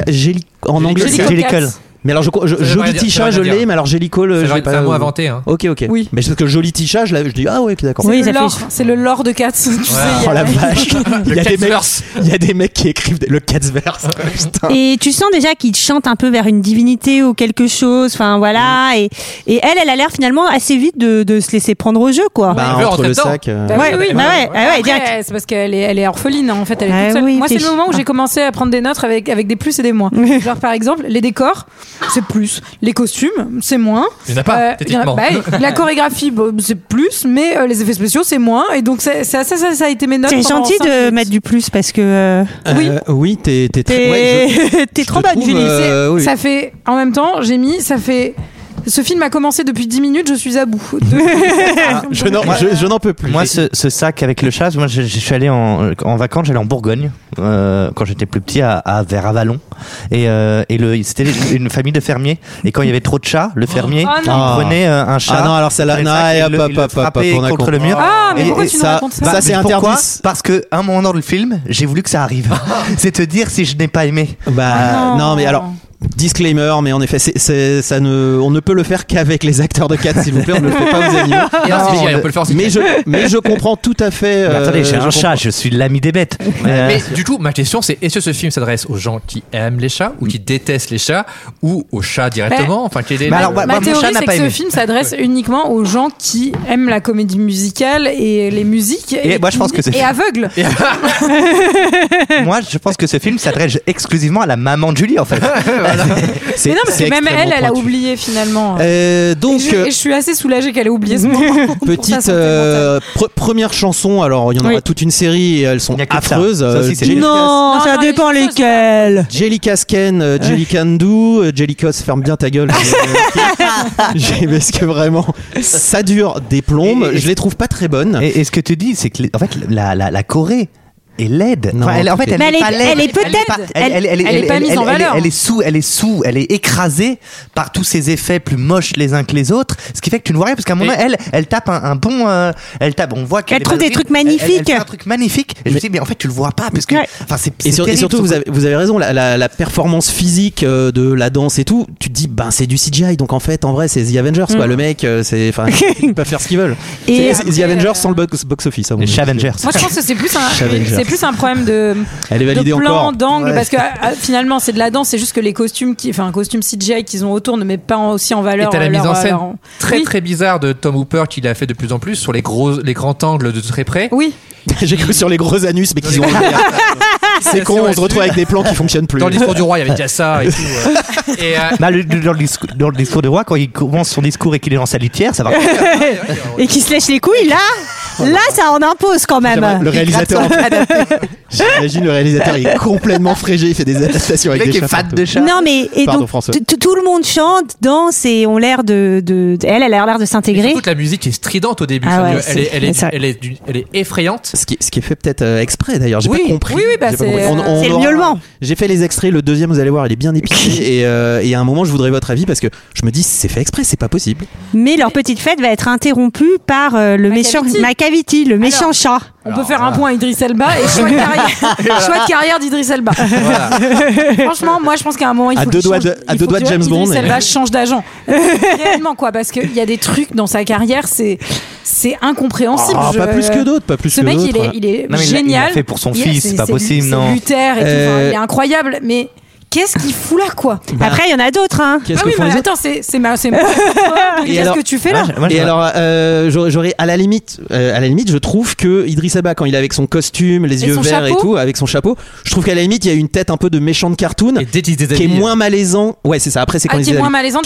en anglais c'est Jellicle. Mais alors Jollity Chat je l'ai, mais alors Jellicole c'est un mot inventé, hein. Ok. Oui. Mais parce que Jollity Chat je dis ah ouais, d'accord. Oui, c'est le lore de Cats. Oh la vache. Il y a des mecs qui écrivent le Catsverse. Et tu sens déjà qu'ils chantent un peu vers une divinité ou quelque chose, enfin voilà, et elle a l'air finalement assez vite de se laisser prendre au jeu, quoi. Entre le sac. C'est parce qu'elle est orpheline, en fait, elle est toute seule. Moi, c'est le moment où j'ai commencé à prendre des notes avec des plus et des moins. Genre par exemple, les décors, c'est plus. Les costumes, c'est moins. Il n'y en a pas, techniquement. La chorégraphie, c'est plus, mais les effets spéciaux, c'est moins. Et donc, ça a été mes notes. C'est gentil de mettre du plus parce que. Oui, t'es trop bonne, Julie. Ça fait. En même temps, ça fait. Ce film a commencé depuis 10 minutes, je suis à bout. Je n'en peux plus. Moi, ce sac avec le chat, moi, je suis allé en vacances, j'allais en Bourgogne quand j'étais plus petit, vers Avalon, et c'était une famille de fermiers. Et quand il y avait trop de chats, le fermier prenait un chat. Ah non, alors celle-là, frappait contre le mur. Ah, mais pourquoi tu nous racontes ça? Ça, c'est interdit. Parce que un moment dans le film, j'ai voulu que ça arrive. C'est te dire si je n'ai pas aimé. Non, mais alors. Disclaimer, mais en effet, on ne peut le faire qu'avec les acteurs de Cats, s'il vous plaît, on ne le fait pas aux animaux. On peut le faire aussi. Mais je comprends tout à fait. Attendez, j'ai un chat, je suis l'ami des bêtes. Mais du coup, ma question c'est est-ce que ce film s'adresse aux gens qui aiment les chats ou qui détestent les chats ou aux chats directement? Enfin, quel est ma théorie, c'est que ce film s'adresse uniquement aux gens qui aiment la comédie musicale et les musiques moi, je pense que et aveugles. Moi, je pense que ce film s'adresse exclusivement à la maman de Julie, en fait. Mais non, parce que même elle a oublié finalement. Donc, et je suis assez soulagée qu'elle ait oublié ce moment. Petite première chanson. Alors, il y en aura toute une série et elles sont affreuses. Non, ça dépend lesquelles. Jellica Sken, Jellica Ndou, Jellica, ferme bien ta gueule. Parce que vraiment, ça dure des plombes. Je les trouve pas très bonnes. Et ce que tu dis, c'est que en fait, la Corée est laide. Non, elle est peut-être. Elle est pas mise en valeur. Elle est écrasée par tous ces effets plus moches les uns que les autres. Ce qui fait que tu ne vois rien parce qu'à un moment, elle tape un bon. On voit qu'elle trouve des trucs magnifiques. Elle fait un truc magnifique. Et je me dis, mais en fait, tu le vois pas parce que. Et surtout, vous avez raison. La performance physique de la danse et tout, tu te dis, c'est du CGI. Donc en fait, en vrai, c'est The Avengers. Quoi. Le mec, ils peuvent faire ce qu'ils veulent. C'est The Avengers sans le box-office. Les Chavengers. Moi, je pense que c'est plus un problème de plan, d'angle, parce que finalement c'est de la danse, c'est juste que les costumes un costume CGI qu'ils ont autour ne met pas aussi en valeur. Et t'as la mise en scène très bizarre de Tom Hooper qu'il a fait de plus en plus sur les grands angles de très près. Oui. J'ai cru sur les gros anus, mais qu'ils ont enlevé. C'est con, on se retrouve avec des plans qui fonctionnent plus. Dans le discours du roi, il y avait déjà ça et tout. Dans le discours du roi, quand il commence son discours et qu'il est dans sa litière, ça va. Et qu'il se lèche les couilles, là, ça en impose quand même. Le réalisateur, j'imagine le réalisateur, il est complètement frégé, il fait des adaptations avec des chats. Fan de chats. Non mais tout le monde chante, danse et ont l'air de elle a l'air de s'intégrer. Toute la musique est stridente au début. Elle est effrayante. Ce qui est fait peut-être exprès d'ailleurs. J'ai pas compris. Oui, c'est le miaulement. J'ai fait les extraits. Le deuxième, vous allez voir, il est bien épicé. et à un moment, je voudrais votre avis parce que je me dis, c'est fait exprès, c'est pas possible. Mais leur petite fête va être interrompue par le méchant Macavity, le méchant chat. On peut faire un point à Idris Elba et choix de carrière d'Idris Elba. Voilà. Franchement, moi je pense qu'à un moment il faut à deux doigts de James Bond. Idris Elba change d'agent. Réellement quoi, parce qu'il y a des trucs dans sa carrière, c'est incompréhensible. Pas plus que d'autres, Ce mec il est génial. Il l'a fait pour son fils, c'est pas possible, non. C'est Luther et tout, il est incroyable, mais. Qu'est-ce qu'il fout là, quoi? Après, il y en a d'autres, hein. Attends, c'est ma. Qu'est-ce que tu fais là? Et alors, j'aurais à la limite, je trouve que Idris Elba, quand il est avec son costume, les yeux verts et tout, avec son chapeau, je trouve qu'à la limite, il y a une tête un peu de méchant de cartoon qui est moins malaisant. Ouais, c'est ça. Après, c'est quand qui est moins malaisante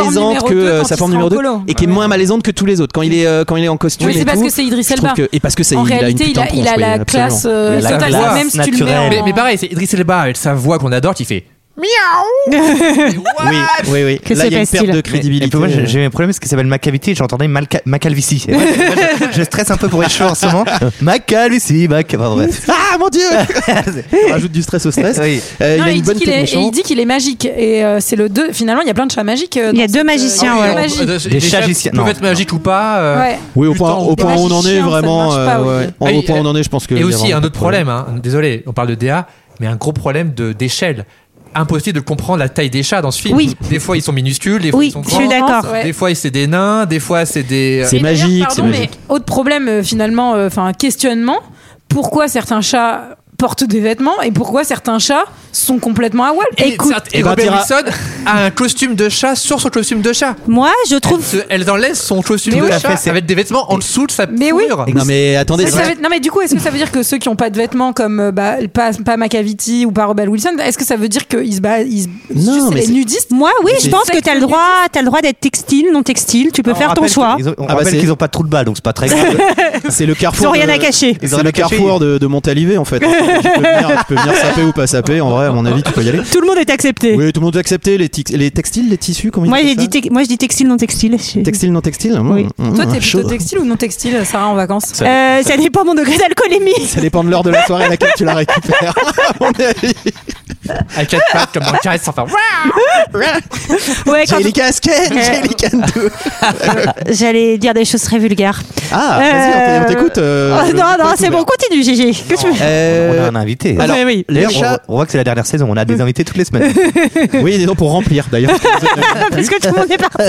que sa forme numéro 2 et qui est moins malaisante que tous les autres quand il est en costume. Oui, c'est parce que c'est Idris Elba. Et parce que c'est en réalité, il a la classe totale, même si tu le mets. Mais pareil, c'est Idris Elba avec sa voix qu'on adore qui fait. Miaou. Oui. Que là, il y a une perte de crédibilité. Moi, j'ai un problème parce qu'il s'appelle Macavity et j'entendais Macalvici. Je stresse un peu pour les choses en ce moment. Macalvici, bref. Ah mon dieu. Ça rajoute du stress au stress. Oui. Il dit qu'il est magique et c'est le 2. Finalement, il y a plein de chats magiques. Il y a deux magiciens. Des chagiciens. Peuvent être magiques ou pas. Oui, au point où on en est vraiment. Au point où on en est, je pense que. Et aussi un autre problème. Désolé, on parle de DA, mais un gros problème d'échelle. Impossible de comprendre la taille des chats dans ce film. Oui. Des fois ils sont minuscules, des fois ils sont grands. Je suis d'accord. Des fois c'est des nains, des fois c'est des. C'est magique. Mais autre problème finalement, questionnement. Pourquoi certains chats portent des vêtements et pourquoi certains chats sont complètement à poil? Et Robert Wilson a un costume de chat sur son costume de chat. Moi, je trouve. Elle enlève son costume de chat avec des vêtements en dessous de sa fourrure. Non mais attendez. Non mais du coup, est-ce que ça veut dire que ceux qui n'ont pas de vêtements comme pas Macavity ou pas Robert Wilson, est-ce que ça veut dire qu'ils non, mais les nudistes? Moi, oui, je pense que t'as le droit d'être textile, non textile. Tu peux faire ton choix. On rappelle qu'ils ont pas de trou de balle, donc c'est pas très grave. C'est le carrefour. Ils ont rien à cacher. C'est le carrefour de Montalivet en fait. Tu peux venir saper ou pas saper. En vrai, à mon avis, tu peux y aller. Tout le monde est accepté. Oui, tout le monde est accepté. Les textiles, les tissus, comment moi, je dis textile, non textile. Textile, non textile. Oui. Toi, t'es plutôt textile ou non textile, Sarah, en vacances? Ça dépend mon degré d'alcoolémie. Ça dépend de l'heure de la soirée à laquelle tu la récupères. À mon avis. À 4 pattes, comme dans Caresse sans faire. Ouais, quand Jellica Asken, Jellica Ndo. j'allais dire des choses très vulgaires. Ah, vas-y, on t'écoute. Non, c'est bon, continue, Gégé. Que tu veux. On a un invité. Alors, oui. les D'ailleurs, chats. on voit que c'est la dernière saison. On a des invités toutes les semaines. Oui, disons pour remplir d'ailleurs. Parce que tout le monde est parti.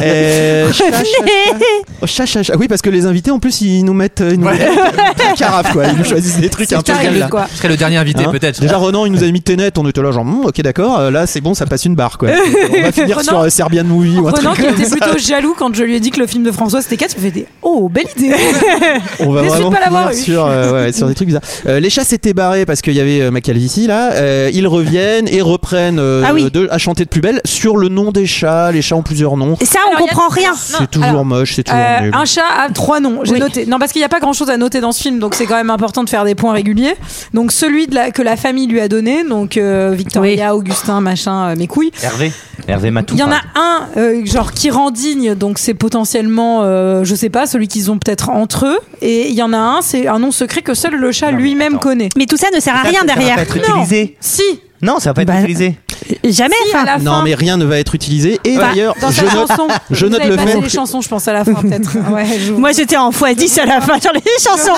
Chat. Oui, parce que les invités en plus ils nous mettent une carafe quoi. Ils nous choisissent des trucs un peu terrible, là. quoi. Je serais le dernier invité, Hein peut-être. Déjà Renan il nous a mis Tenet, on était là genre ok d'accord, là c'est bon ça passe une barre quoi. On va finir Renan- sur Serbian Movie ou un Renan truc qui comme était ça. plutôt jaloux quand je lui ai dit que le film de François c'était 4, il me fait des belle idée. On va Déçu de vraiment pas l'avoir eu. finir sur des trucs bizarres. Les chats s'étaient barrés parce qu'il y avait Macalvici là. Ils reviennent et reprennent à chanter de plus belle sur le nom des chats. Les chats ont plusieurs noms. Et ça, on Alors, comprend rien. C'est toujours moche, c'est toujours nul. Un chat a 3 noms, j'ai noté. Non, parce qu'il n'y a pas grand chose à noter dans ce film, donc c'est quand même important de faire des points réguliers. Donc celui que la famille lui a donné, donc Victoria, Augustin, machin, mes couilles. Hervé Matou. Il y en a un genre qui rend digne, donc c'est potentiellement, je sais pas, celui qu'ils ont peut-être entre eux. Et il y en a un, c'est un nom secret que seul le chat lui-même connaît. Mais tout ça ne sert à rien derrière. Ça va pas être utilisé. Si. Non, ça va pas être utilisé. Jamais. Si, à la fin. Non mais rien ne va être utilisé. Et d'ailleurs, dans sa chanson, je note vous le avez passé fait les chansons, je pense à la fin peut-être. Ouais, Moi, j'étais en x10 à la fin sur les chansons.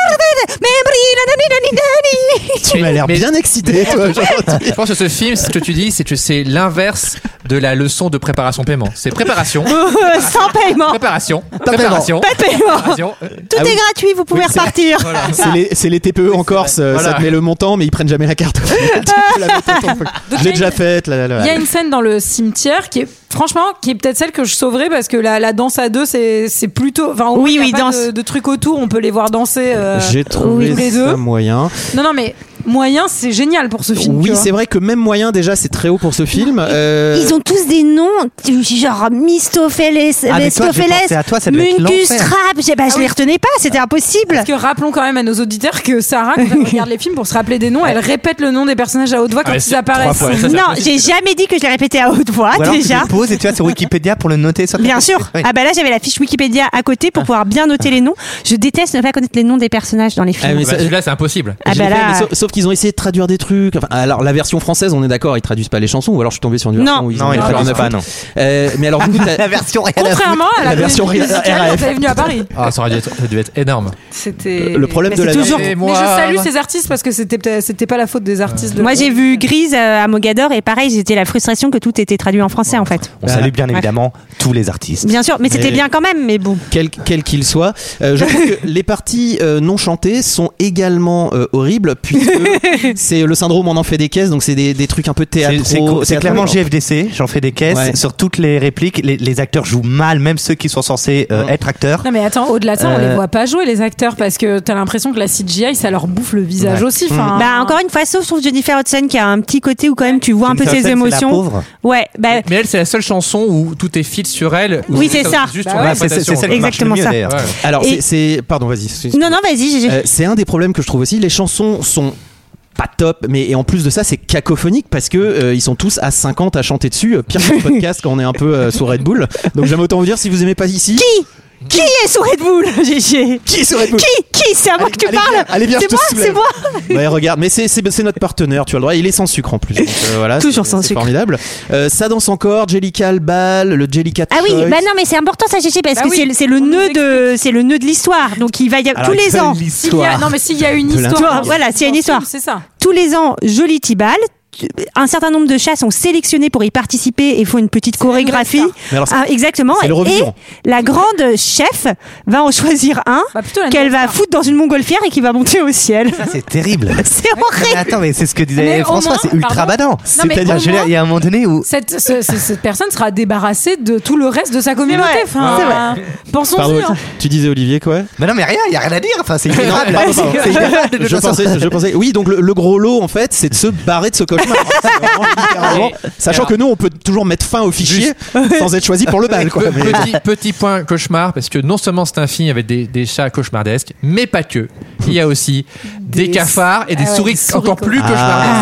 tu m'as l'air Mais- bien excité toi aujourd'hui. Je pense que ce film, ce que tu dis, c'est que c'est l'inverse de la leçon de préparation paiement. C'est préparation, Sans paiement. préparation, Pas de préparation, Pas de paiement. préparation. Tout est gratuit, vous pouvez repartir. Voilà. C'est les TPE en Corse, ça Voilà. te met le montant mais ils prennent jamais la carte. Tu peux la mettre autant de fois. Je l'ai déjà faite. Il y a une scène dans le cimetière qui est franchement qui est peut-être celle que je sauverais parce que la danse à deux c'est plutôt enfin au moins, il y a pas de trucs autour, on peut les voir danser. J'ai trouvé les ça deux. moyen. Non mais moyen c'est génial pour ce film. Oui, tu vois. c'est vrai que même moyen déjà c'est très haut pour ce film. Ils ont tous des noms genre Mistopheles, mais toi, j'ai pensé à toi, ça devait être Muncus l'enfer. Trap. Je les retenais pas, c'était impossible. Parce que rappelons quand même à nos auditeurs que Sarah, quand elle regarde les films pour se rappeler des noms, elle répète le nom des personnages à haute voix quand ils apparaissent. Non, j'ai jamais dit que je les répétais à haute voix Ou alors déjà. tu te poses et tu vas sur Wikipédia pour le noter sur ta Bien fiche. sûr. Oui. Ah bah là j'avais la fiche Wikipédia à côté pour pouvoir bien noter les noms. Je déteste ne pas connaître les noms des personnages dans les films. mais Bah, celui-là, c'est impossible. Ah Je bah l'ai fait, là- mais sauf qu'ils ont essayé de traduire des trucs. Enfin, alors la version française, on est d'accord, ils traduisent pas les chansons. Ou alors je suis tombé sur une version Non. où ils Non, ont ils rien traduisent à pas, foutre. non. Mais alors du coup, t'as- La version rien à foutre. Contrairement à La version musicale RAF. quand elle est venue à Paris. Ah, ça a dû être énorme. C'était Le problème de la toujours- version- Mais je salue ces artistes parce que c'était pas la faute des artistes. Moi j'ai vu Grise à Mogador et pareil c'était la frustration que tout était traduit en français en fait. On salue bien évidemment tous les artistes. Bien sûr, mais c'était Mais- bien quand même, mais bon. quel qu'il soit. Je trouve que les parties non chantées sont également horribles puisque c'est le syndrome on en fait des caisses, donc c'est des trucs un peu théâtraux. C'est clairement GFDC, j'en fais des caisses. Ouais. Sur toutes les répliques, les acteurs jouent mal, même ceux qui sont censés être acteurs. Non mais attends, au-delà de ça, on les voit pas jouer les acteurs parce que t'as l'impression que la CGI ça leur bouffe le visage Ouais. aussi. Enfin, Bah encore une fois, sauf je trouve Jennifer Hudson qui a un petit côté où quand même tu vois un peu Jennifer ses Hudson, c'est la émotions. pauvre. Ouais, bah Mais elle, c'est la seule chanson où tout est fil sur elle. où Oui, c'est ça. Juste Bah sur ouais, l'interprétation. c'est celle qui marche Exactement le mieux, ça. d'ailleurs. Ouais. Alors Et- c'est pardon, vas-y. non non, vas-y, Gégé. C'est un des problèmes que je trouve aussi. Les chansons sont pas top, mais et en plus de ça, c'est cacophonique parce que ils sont tous à 50 à chanter dessus. Pire que le podcast quand on est un peu sous Red Bull. Donc j'aime autant vous dire si vous aimez pas ici. Qui est sous Red Bull, Gégé? Qui est sous Red Bull? Qui? C'est à moi que tu parles. Allez, viens, je C'est te moi, soulève. c'est moi. Ouais, regarde, mais c'est notre partenaire, tu as le droit. Il est sans sucre en plus. Donc, voilà, Toujours c'est- sans c'est sucre. formidable. Ça danse encore, Jellica le bal, le Jellica Ah oui, Choice. bah non mais c'est important ça, Gégé, parce Bah que oui, c'est le on nous nœud de l'histoire. Donc il va y avoir tous les ans. s'il y a, non mais s'il y a une De histoire, Voilà, s'il y a une histoire. c'est ça. Tous les ans, Joli Tibal. Un certain nombre de chats sont sélectionnés pour y participer et font une petite C'est la chorégraphie. nouvelle Mais alors, c'est- Ah, exactement. c'est Et l'Eurovision. la grande chef va en choisir un Bah, plutôt la qu'elle nouvelle va star. foutre dans une montgolfière et qui va monter au ciel. Ça, c'est terrible. C'est Mais horrible. attends, mais c'est ce que disait Mais au François, moins, c'est ultra pardon. badant. Non, mais C'est-à-dire, au je veux dire, moins- il y a un moment donné où. Cette personne sera débarrassée de tout le reste de sa communauté. Ouais, Enfin, pensons-y. Pardon, hein. tu disais Olivier quoi? Mais non, mais rien, il y a rien à dire. Enfin, c'est Non, ignorable. pardon, pardon. C'est ignorable, de toute façon. Je pensais. Oui, donc le gros lot en fait, c'est de se barrer de ce cauchemar. C'est vraiment littéralement- Sachant Alors- que nous, on peut toujours mettre fin au fichier sans être choisi pour le bal. Quoi. Mais- Petit point cauchemar, parce que non seulement c'est un film avec des chats cauchemardesques, mais pas que. Il y a aussi des cafards et des Ah ouais, souris des souris encore plus cauchemardesques. cauchemardesques. Ah,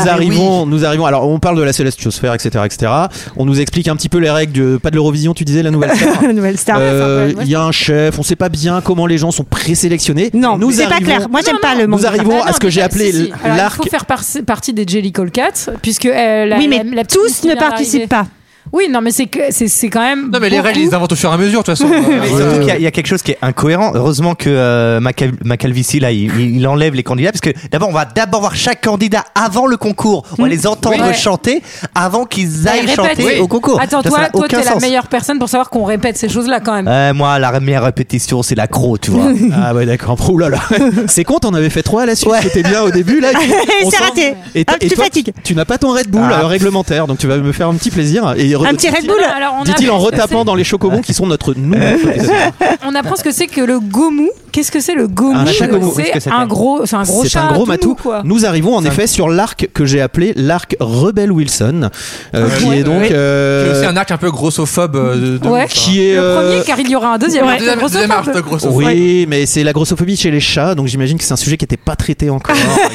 nous arrivons. Alors, on parle de la Célestiosphère, etc., etc. On nous explique un petit peu les règles pas de l'Eurovision, tu disais, la Nouvelle Star. La Nouvelle Star. Il y a un chef, on sait pas bien comment les gens sont présélectionnés. Non, c'est pas clair. Moi, j'aime pas le monde. Nous arrivons à ce que j'ai appelé l'arc. Il faut faire partie des Jellicle Cats, puisque oui, mais tous ne participent pas. Oui, non, mais c'est quand même. Non, mais les règles, ils inventent au fur et à mesure, de toute façon. Mais surtout qu'il y a quelque chose qui est incohérent. Heureusement que Macalvici, là, il enlève les candidats, parce que d'abord, on va voir chaque candidat avant le concours. On va les entendre chanter avant qu'ils aillent chanter au concours. Attends, toi, t'es la meilleure personne pour savoir qu'on répète ces choses-là, quand même. Moi, la meilleure répétition, c'est l'accro, tu vois. Ah ouais, d'accord. Ouh là là. C'est con, t'en avais fait 3 à la suite. C'était bien au début, là. C'est raté. Et toi, tu n'as pas ton Red Bull réglementaire, donc tu vas me faire un petit plaisir. Un petit Red Bull. Dit-il en retapant dans les chocobons qui sont notre nouveau. On apprend ce que c'est que le gomu. Qu'est-ce que c'est le gomu? C'est un gros chat. C'est un gros matou. Nous arrivons en effet sur l'arc que j'ai appelé l'arc Rebel Wilson, qui est donc. Qui est aussi un arc un peu grossophobe. Qui est le premier, car il y aura un deuxième. Deuxième arc de grossophobe. Oui, mais c'est la grossophobie chez les chats, donc j'imagine que c'est un sujet qui n'était pas traité encore.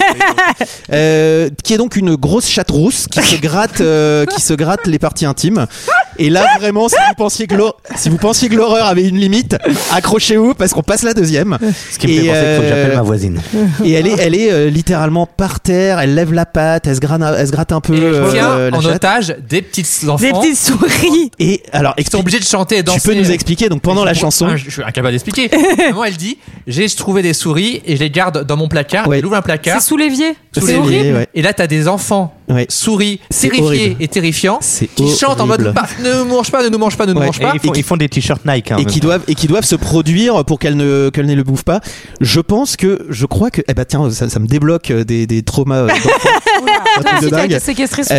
Qui est donc une grosse chatte rousse qui se gratte les parties intimes. Et là vraiment, si vous pensiez que l'horreur avait une limite, accrochez-vous parce qu'on passe la deuxième. Ce qui me fait penser qu'il faut que j'appelle ma voisine. Et elle est littéralement par terre, elle lève la patte, elle se gratte un peu. Et tient en otage des petites enfants, des petites souris. Et alors, qui sont obligés de chanter et danser. Tu peux nous expliquer donc pendant la chanson. Je suis incapable d'expliquer. Vraiment, elle dit j'ai trouvé des souris et je les garde dans mon placard. Elle ouvre un placard. C'est sous l'évier. C'est horrible. Ouais. Et là, t'as des enfants souris terrifiés et terrifiants qui chantent en mode ne nous mange pas, ne nous mange pas, ne nous mange pas. Ils font des t-shirts Nike. Et qui doivent se produire pour qu'elles ne le bouffent pas. Je crois que tiens, ça me débloque des traumas de dingue. T'as séquestré sous un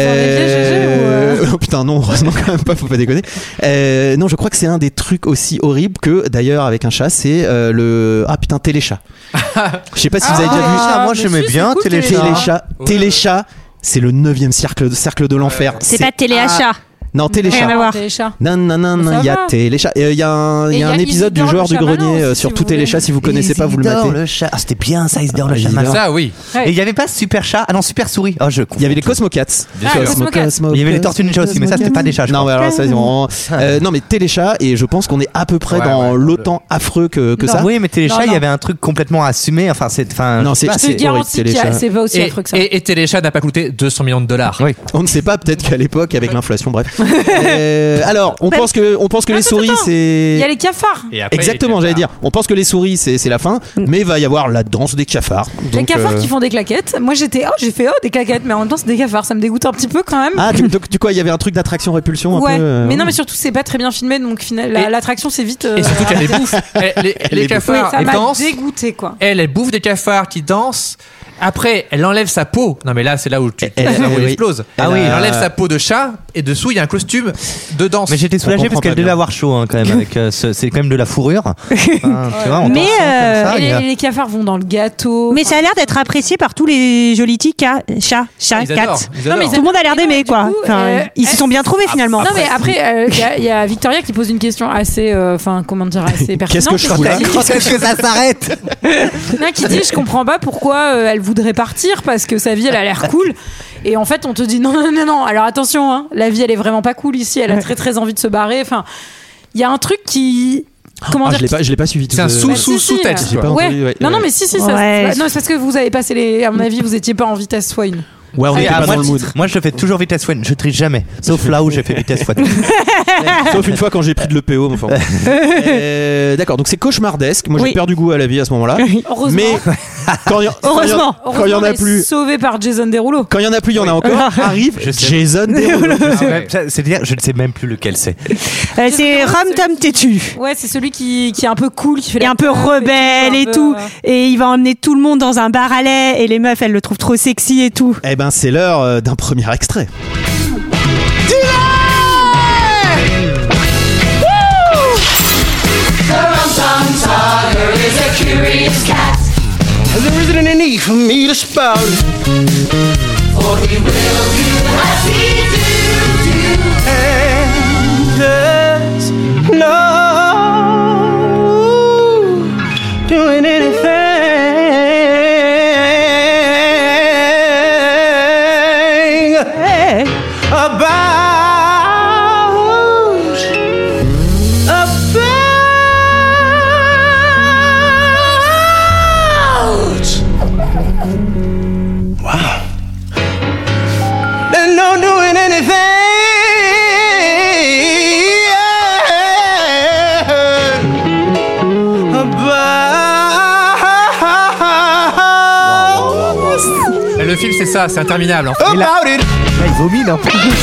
évier, oh putain, non, heureusement quand même pas, faut pas déconner. Non, je crois que c'est un des trucs aussi horribles que d'ailleurs avec un chat, c'est Téléchat. Je sais pas si vous avez déjà vu. Moi j'aimais bien Téléchat. C'est le 9e cercle de l'enfer. C'est pas Téléachat. Non, Téléchat. Non, il y a Téléchat. Il y a un épisode du joueur du grenier sur tout Téléchat. Si vous connaissez pas, vous le matez. Le chat. C'était bien ça, Isidore le chat. Ça, oui. Et il y avait pas Super Chat. Ah non, Super Souris. Il y avait les Cosmocats. Il y avait les Tortues Ninja aussi, mais ça c'était pas des chats. Non, mais alors ça, non, mais Téléchat. Et je pense qu'on est à peu près dans l'autant affreux que ça. Oui, mais Téléchat, il y avait un truc complètement assumé. Enfin, non, c'est garanti que c'est pas aussi affreux que ça. Et Téléchat n'a pas coûté $200 millions. Oui. On ne sait pas, peut-être qu'à l'époque, avec l'inflation, bref. Alors, on pense que les souris, c'est. Il y a les cafards. Exactement, j'allais dire. On pense que les souris, c'est la fin, mais il va y avoir la danse des cafards. Les cafards qui font des claquettes. Moi, j'ai fait des claquettes, mais en même temps, c'est des cafards. Ça me dégoûte un petit peu quand même. Ah, du coup, il y avait un truc d'attraction-répulsion un peu. Mais non, mais surtout, c'est pas très bien filmé, donc l'attraction, c'est vite. Et surtout qu'elle les bouffe. Les cafards, ça elles m'a dansent. dégoûté, quoi. Elle bouffe des cafards qui dansent. Après, elle enlève sa peau. Non, mais là, c'est là où tu exploses. Elle enlève sa peau de chat et dessous, il y a un costume de danse. Mais j'étais soulagé parce qu'elle devait avoir chaud quand même. C'est quand même de la fourrure. Tu vois, les cafards vont dans le gâteau. Mais ça a l'air d'être apprécié par tous les jolis petits chats, cats. Non, mais tout le monde a l'air d'aimer, quoi. Ils se sont bien trouvés finalement. Non, mais après, il y a Victoria qui pose une question assez, assez pertinente. Qu'est-ce que je fous là ? Quand est-ce que ça s'arrête ? Qui dit je comprends pas pourquoi elle voudrait partir parce que sa vie elle a l'air cool. Et en fait, on te dit non. Alors attention, hein, la vie elle est vraiment pas cool ici. Elle a très très envie de se barrer. Enfin, il y a un truc qui. Comment dire, je l'ai pas suivi. C'est un sous-texte. Non, mais si, ça. Non, c'est parce que vous avez passé les. À mon avis, vous étiez pas en vitesse swine. Ouais, on était pas dans le mood. Moi, je fais toujours vitesse one. Je triche jamais. Sauf là où j'ai fait vitesse one. Sauf une fois quand j'ai pris de l'EPO. Enfin. D'accord, donc c'est cauchemardesque. Moi, j'ai perdu goût à la vie à ce moment-là. Heureusement. Mais quand il y en a plus. Sauvé par Jason Derulo. Quand il y en a plus, il y en a encore. Arrive Jason Derulo. C'est-à-dire, je ne sais même plus lequel c'est. C'est Ram Tam Tétu. Ouais, c'est celui qui est un peu cool, qui fait un peu rebelle et tout. Et il va emmener tout le monde dans un bar à lait et les meufs, elles le trouvent trop sexy et tout. Eh ben, c'est l'heure d'un premier extrait. There isn't any need for me to spout it. For we will do as we do. And there's no doing anything Le film, c'est ça, c'est interminable. En fait. Là, il vomit, non?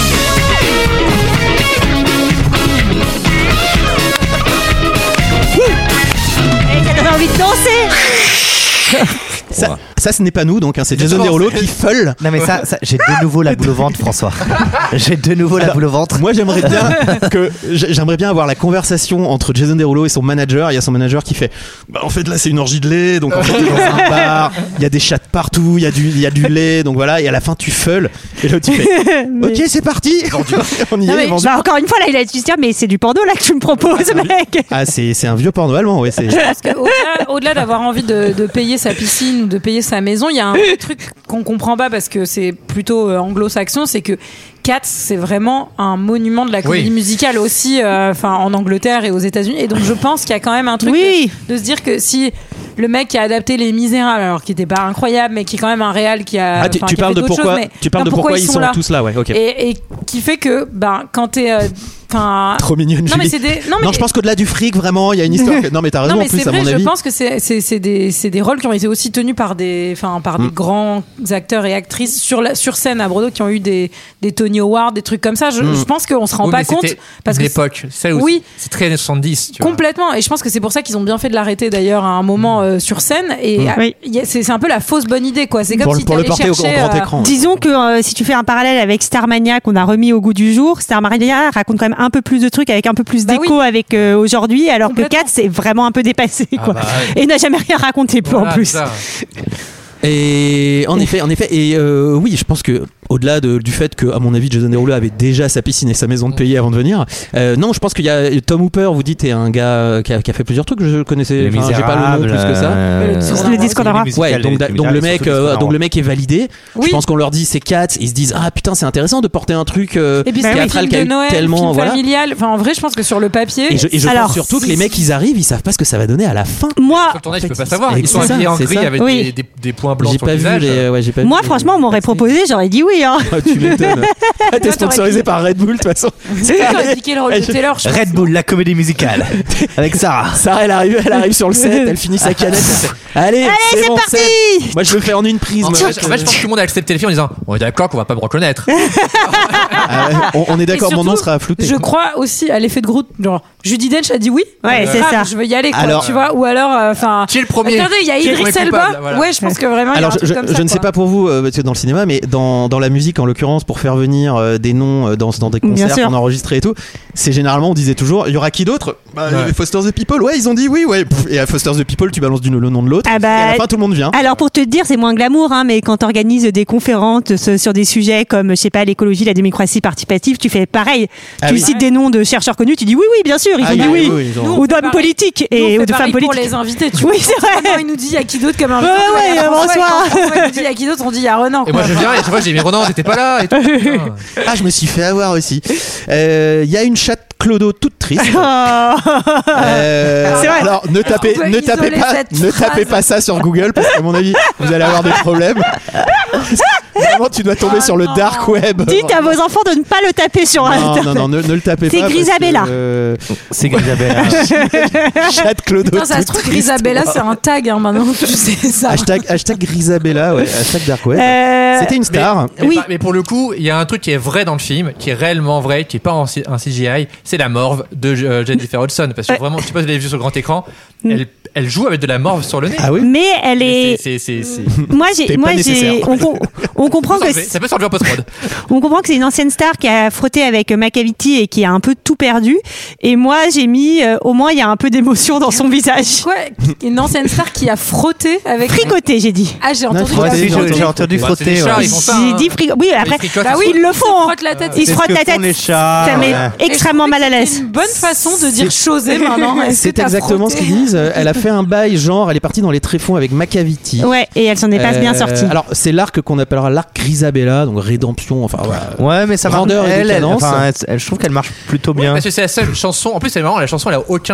Ça donne envie de danser. Ça, ce n'est pas nous, donc c'est Jason Derulo qui feule. Non mais ça j'ai de nouveau la boule au ventre, François. J'ai de nouveau la boule au ventre. Moi, j'aimerais bien avoir la conversation entre Jason Derulo et son manager. Il y a son manager qui fait en fait là c'est une orgie de lait, donc en fait t'es dans un bar, il y a des chattes partout, il y a du lait, donc voilà, et à la fin tu feules et là tu fais ok c'est parti. On y est. Encore une fois là il a dû se dire mais c'est du porno là que tu me proposes mec. Ah c'est un vieux porno allemand, ouais. Je pense qu'au-delà d'avoir envie de payer sa piscine ou de payer sa maison, il y a un truc qu'on comprend pas parce que c'est plutôt anglo-saxon, c'est que Cats, c'est vraiment un monument de la comédie musicale aussi, en Angleterre et aux États-Unis. Et donc je pense qu'il y a quand même un truc de se dire que si le mec qui a adapté Les Misérables, alors qui n'était pas incroyable, mais qui est quand même un réal qui a. Tu parles de pourquoi ils sont tous là, ouais. Ok. Et qui fait que quand t'es trop mignonne, non, Julie. Non, je pense qu'au-delà du fric, vraiment, il y a une histoire. Non, mais t'as raison, non, mais en plus, c'est vrai, à mon avis. Je pense que c'est des rôles qui ont été aussi tenus par des grands acteurs et actrices sur scène à Bordeaux qui ont eu des Tony Awards, des trucs comme ça. Je pense qu'on se rend pas compte. Parce que l'époque, c'est c'est très années 70. Tu complètement. Et je pense que c'est pour ça qu'ils ont bien fait de l'arrêter d'ailleurs à un moment sur scène. Et c'est un peu la fausse bonne idée, quoi. C'est comme si pour le porter au grand écran. Disons que si tu fais un parallèle avec Starmania qu'on a remis au goût du jour, Starmania raconte quand même un peu plus de trucs avec un peu plus d'écho avec aujourd'hui, alors que Cats c'est vraiment un peu dépassé quoi. Et n'a jamais rien raconté en plus. Ça. Et en effet, et oui, je pense que au-delà du fait que, à mon avis, Jason Derulo avait déjà sa piscine et sa maison de payer avant de venir. Non, je pense qu'il y a Tom Hooper. Vous dites, est un gars qui a fait plusieurs trucs. Je connaissais. J'ai pas le nom plus que ça. Le disque qu'on aura. Ouais, donc le mec est validé. Oui. Je pense qu'on leur dit c'est Cats. Ils se disent putain c'est intéressant de porter un truc théâtral qui a eu tellement familial. Enfin en vrai, je pense que sur le papier. Et je pense surtout que les mecs ils arrivent, ils savent pas ce que ça va donner à la fin. Moi, sur le tournage, je peux pas savoir. Ils sont habillés en gris avec des points blancs sur le visage. Moi, franchement, on m'aurait proposé, j'aurais dit oui. Tu m'étonnes. T'es sponsorisé par Red Bull de toute façon. C'est toi qui as piqué le rôle de Taylor. Red Bull, la comédie musicale. Avec Sarah. Sarah, elle arrive sur le set, elle finit sa canette. Allez, c'est parti. Moi, je le fais en une prise. En fait, je pense que tout le monde a accepté le film en disant on est d'accord qu'on va pas me reconnaître. On est d'accord, mon nom sera flouté. Je crois aussi à l'effet de Groot. Genre, Judi Dench a dit oui. Ouais, c'est ça. Je veux y aller, quoi, tu vois. Ou alors, qui est le premier? Regardez, il y a Idris Elba. Ouais, je pense que vraiment. Alors, je ne sais pas pour vous, dans le cinéma, mais dans la musique, en l'occurrence, pour faire venir des noms dans des concerts qu'on enregistrait et tout, c'est généralement, on disait toujours, il y aura qui d'autre? Foster the People. Ouais, ils ont dit oui, ouais. Et à Foster the People, tu balances le nom de l'autre. Et à la fin, tout le monde vient. Alors, pour te dire, c'est moins glamour, mais quand tu organises des conférences sur des sujets comme, je sais pas, l'écologie, la démocratie participative, tu fais pareil. Tu cites des noms de chercheurs connus, tu dis oui, bien sûr, ils ont dit oui. Ou d'hommes politiques ou de femmes politiques. Pour les invités, tu vois. Oui, c'est vrai. Il nous dit il y a qui d'autre comme invité. Ouais, bonsoir. Il nous dit il y a qui d'autre, on dit il y a Renan. Et moi, je viens et chaque fois, j'ai dit mais Renan, t'étais pas là. Je me suis fait avoir aussi. Il y a une chatte Clodo toute triste. C'est vrai. Alors ne tapez pas ça sur Google parce qu'à mon avis vous allez avoir des problèmes. Vraiment, tu dois tomber sur le dark web. Dites à vos enfants de ne pas le taper sur Internet. Non, ne le tapez pas. C'est Grisabella. C'est Grisabella. Chat Clodo. Putain, ça se trouve Grisabella, c'est un tag maintenant. Tu sais ça. Hashtag Grisabella, ouais. Hashtag dark web. C'était une star. Mais pour le coup, il y a un truc qui est vrai dans le film, qui est réellement vrai, qui est pas un CGI. C'est la morve de Jennifer Hudson, parce que vraiment, je sais pas si vous l'avez vu sur le grand écran, elle joue avec de la morve sur le nez. Ah oui. Mais elle est. Moi j'ai. On comprend que ça peut s'enlever en post-prod. On comprend que c'est une ancienne star qui a frotté avec Macavity et qui a un peu tout perdu. Et moi j'ai mis au moins il y a un peu d'émotion dans son visage. Quoi? Une ancienne star qui a frotté avec. Fricoté, j'ai dit. Ah, j'ai entendu. J'ai entendu frotter. J'ai dit fricoté. Oui, après. Ils le font. Ils se frottent la tête. Ça met extrêmement mal à l'aise. C'est une bonne façon de dire choser maintenant. C'est exactement ce qu'ils disent. Elle a fait un bail genre, elle est partie dans les tréfonds avec Macavity. Ouais, et elle s'en est pas bien sortie. Alors c'est l'arc qu'on appellera l'arc Grisabella, donc rédemption, enfin ouais, mais ça marche. Je trouve qu'elle marche plutôt bien. Parce que c'est la seule chanson. En plus, c'est marrant, la chanson elle a aucun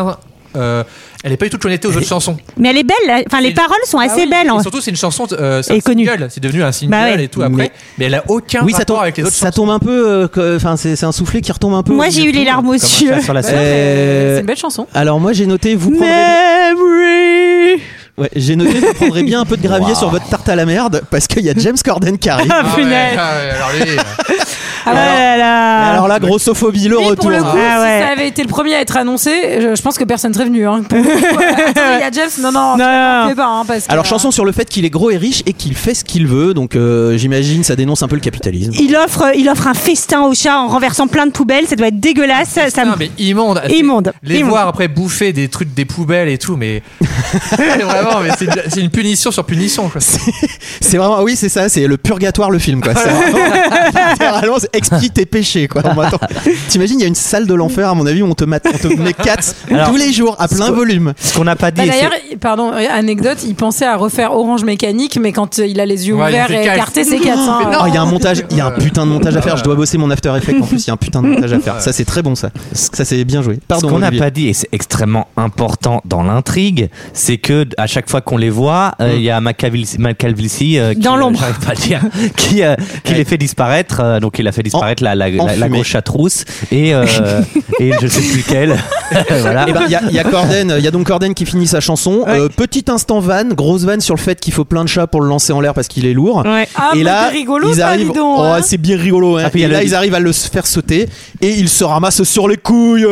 elle est pas du tout connectée aux autres chansons. Mais elle est belle, enfin les paroles sont assez belles. Et surtout c'est une chanson, c'est un connue. single, c'est devenu un single et tout après, mais elle a aucun rapport avec les autres chansons. Ça tombe un peu, enfin c'est un soufflet qui retombe un peu. Moi j'ai eu les larmes aux yeux. C'est une belle chanson. Alors moi j'ai noté, vous prendrez... Ouais, j'ai noté, vous prendrez bien un peu de gravier sur votre tarte à la merde parce qu'il y a James Corden qui arrive. Alors lui, alors là, grossophobie, le retour. Pour le coup, si ça avait été le premier à être annoncé, je pense que personne serait venu. Hein. Il y a James, non, pas, hein, parce que, alors chanson sur le fait qu'il est gros et riche et qu'il fait ce qu'il veut, donc j'imagine ça dénonce un peu le capitalisme. Il offre un festin au chat en renversant plein de poubelles, ça doit être dégueulasse. Mais immonde. Les voir après bouffer des trucs des poubelles et tout, mais vraiment, mais c'est une punition sur punition. Quoi. C'est vraiment, oui, c'est ça, c'est le purgatoire le film, quoi. C'est vraiment, littéralement, c'est expie tes péchés, quoi. T'imagines, il y a une salle de l'enfer, à mon avis, où on te met Cats tous les jours à plein volume. Ce qu'on n'a pas dit. D'ailleurs, pardon, anecdote, il pensait à refaire Orange Mécanique, mais quand il a les yeux ouverts et écartés, c'est Cats. Il y a un montage, il y a un putain de montage à faire. Je dois bosser mon After Effects en plus. Il y a un putain de montage à faire. Ça, c'est très bon, ça. Ça, c'est bien joué. Pardon. Ce qu'on n'a pas dit, et c'est extrêmement important dans l'intrigue, c'est que à chaque fois qu'on les voit, il y a Macalvilsi dans l'ombre, j'arrive pas à le dire, qui les fait disparaître. Donc il a fait disparaître la grosse chatte rousse et je sais plus lequel. Voilà. Et il y a donc Corden qui finit sa chanson. Petit instant vanne, grosse vanne sur le fait qu'il faut plein de chats pour le lancer en l'air parce qu'il est lourd. Et là, rigolo, ils arrivent. C'est bien rigolo. Hein. Et là, ils arrivent à le faire sauter et il se ramasse sur les couilles.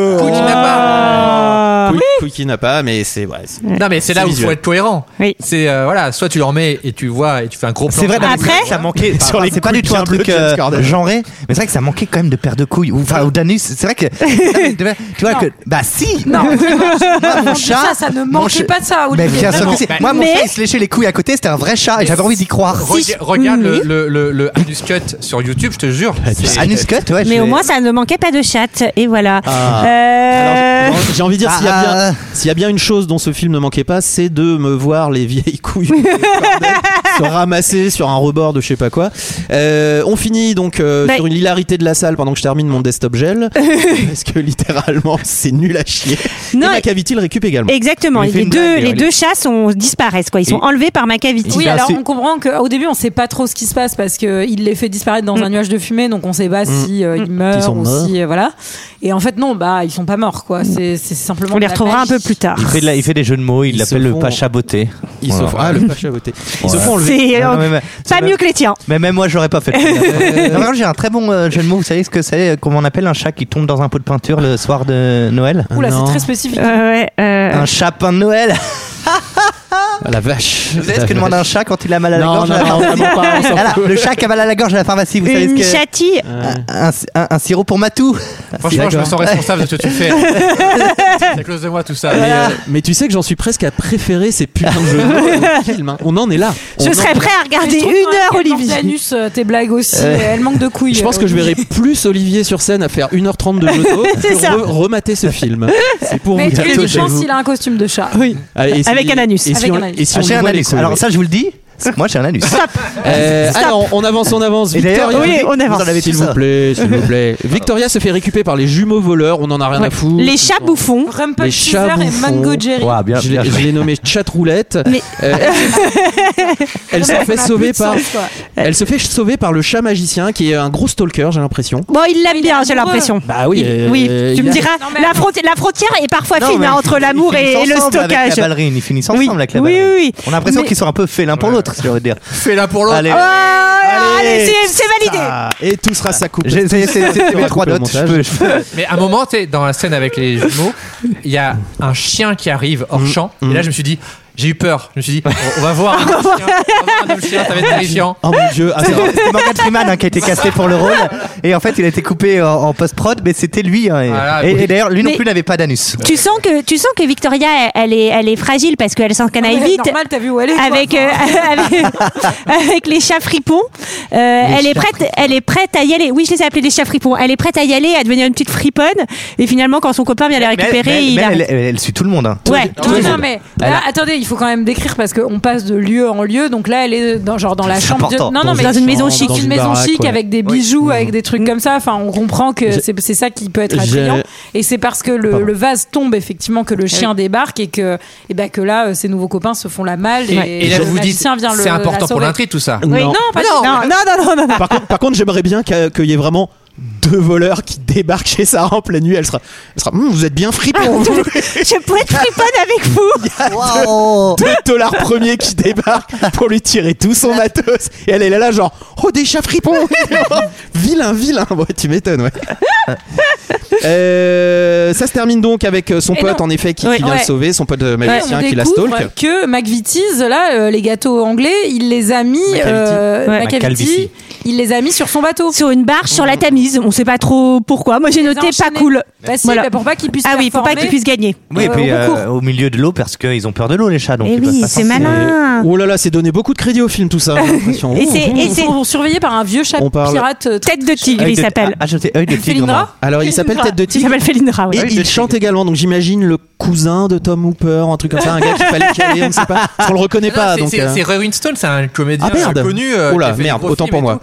Qui n'a pas, mais c'est vrai. Non, mais c'est là où il faut être cohérent. Oui. C'est voilà, soit tu le remets et tu vois et tu fais un gros plan. C'est vrai. Après, ça manquait. C'est pas du tout un truc genré, mais c'est vrai que ça manquait quand même de paire de couilles ou d'anus. C'est vrai que tu vois que si. Non. Mon chat, ça ne manquait pas de ça. Mais bien sûr que si. Moi, mon chat, il se léchait les couilles à côté. C'était un vrai chat et j'avais envie d'y croire. Regarde le Anus Cut sur YouTube, je te jure. Anus Cut, ouais. Mais au moins, ça ne manquait pas de chatte et voilà. Alors, j'ai envie de dire s'il y a bien une chose dont ce film ne manquait pas, c'est de me voir les vieilles couilles se ramasser sur un rebord de je sais pas quoi. On finit donc sur une hilarité de la salle pendant que je termine mon desktop gel parce que littéralement c'est nul à chier. Et Macavity le récupère également. Exactement. Les deux chats disparaissent quoi. Ils sont enlevés par Macavity. Oui, alors on comprend qu'au début on sait pas trop ce qui se passe parce que il les fait disparaître dans un nuage de fumée, donc on sait pas si ils meurent ou si voilà. Et en fait non, ils sont pas morts quoi. C'est simplement. On les retrouvera un peu plus tard. Il fait des jeux de mots. Il l'appelle le Pacha Beauté. Le Pacha Beauté. Ils se font enlever. Pas mieux que les tiens. Mais même moi, j'aurais pas fait. J'ai un très bon jeu de mots. Vous savez ce que c'est? Comment on appelle un chat qui tombe dans un pot de peinture le soir de Noël? Oula, c'est très spécifique. Un chapin de Noël. La vache. Vous savez ce que demande un chat quand il a mal à la gorge? Le chat qui a mal à la gorge à la pharmacie. Vous savez ce que? Une chatille. Un sirop pour Matou. Franchement, je me sens responsable de ce que tu fais. C'est à cause de moi tout ça. Mais tu sais que j'en suis presque à préférer ces putains de jeux de film. On en est là. Je serais prêt à regarder 1 heure, Olivier. L'anus, tes blagues aussi. Elle manque de couilles. Je pense que je verrai plus Olivier sur scène à faire 1h30 de jeu que remater ce film. C'est pour mais vous. Mais je pense qu'il a un costume de chat. Oui. Avec un anus. J'ai un anus. Alors ça, je vous le dis. Moi j'ai un anus. Alors on avance. Victoria, on avance. S'il vous plaît. Victoria se fait récupérer par les jumeaux voleurs. On en a rien à foutre. Les chats bouffons. Rumpel Teaser et Mango Jerry. Je l'ai nommé Chat Roulette. Elle se fait sauver par. Elle se fait sauver par le chat magicien qui est un gros stalker, j'ai l'impression. Bon, il l'aime bien, j'ai l'impression. Bah oui. Oui. Tu me diras. La frontière est parfois fine entre l'amour et le stockage. Avec la ballerine, ils finissent ensemble avec la ballerine. Oui. On a l'impression qu'ils sont un peu faits l'un pour l'autre. Je veux dire. Fais l'un pour l'autre. Allez, c'est validé. Et tout sera sa coupe. C'est mes 3 notes. Mais à un moment, dans la scène avec les jumeaux, il y a un chien qui arrive hors champ. Et là, je me suis dit. J'ai eu peur. Je me suis dit, on va voir un chien, ça va être terrifiant. Oh mon dieu. C'était Morgan Freeman qui a été casté pour le rôle. Et en fait, il a été coupé en post-prod, mais c'était lui. Et d'ailleurs, lui non plus n'avait pas d'anus. Tu sens que Victoria, elle est fragile parce qu'elle s'encanaille vite. Normal, t'as vu où elle est. Avec les chats fripons. Elle est prête à y aller. Oui, je les ai appelés les chats fripons. Elle est prête à y aller, à devenir une petite friponne. Et finalement, quand son copain vient les récupérer, elle suit tout le monde. Ouais. Non, mais attendez, il faut quand même décrire parce qu'on passe de lieu en lieu. Donc là, elle est dans la chambre. Dans une maison chic. Dans une maison chic avec des bijoux, avec des trucs comme ça. Enfin, on comprend que c'est ça qui peut être attrayant. Et c'est parce que le vase tombe effectivement que le chien débarque et que là, ses nouveaux copains se font la malle. Et là, vous vous dites, c'est important pour l'intrigue tout ça. Oui, non, Par contre, j'aimerais bien qu'il y ait vraiment 2 voleurs qui débarquent chez Sarah en pleine nuit. Elle sera vous êtes bien fripon. Je pourrais être friponne avec vous. Il y a 2 dollars premiers qui débarquent pour lui tirer tout son matos. Et elle est là genre, oh, des chats fripons. Vilain. Ouais, tu m'étonnes, ouais. Ça se termine donc avec son pote, en effet, qui vient le sauver, son pote magicien qui la stalk. Que McVitie's, là, les gâteaux anglais, il les a mis. McAlvity, il les a mis sur son bateau. Sur une barge sur la Tamise. On sait pas trop pourquoi. Moi, j'ai noté pas cool. Pour pas qu'ils puissent pour pas qu'ils puissent gagner. Oui, et puis au milieu de l'eau, parce qu'ils ont peur de l'eau, les chats. Donc c'est malin. Oh là là, c'est donné beaucoup de crédit au film, tout ça. Ils sont surveillés par un vieux chat pirate. Tête de tigre, il s'appelle. Ah, j'ai œil de tigre. Felindra. Alors, il s'appelle Tête de tigre. Il s'appelle Felindra, oui. Et il chante également. Donc, j'imagine le cousin de Tom Hooper, un truc comme ça, un gars qu'il fallait caler, on ne sait pas. On le reconnaît pas. C'est Ray Winstone, c'est un comédien connu. Oh là, merde, autant pour moi.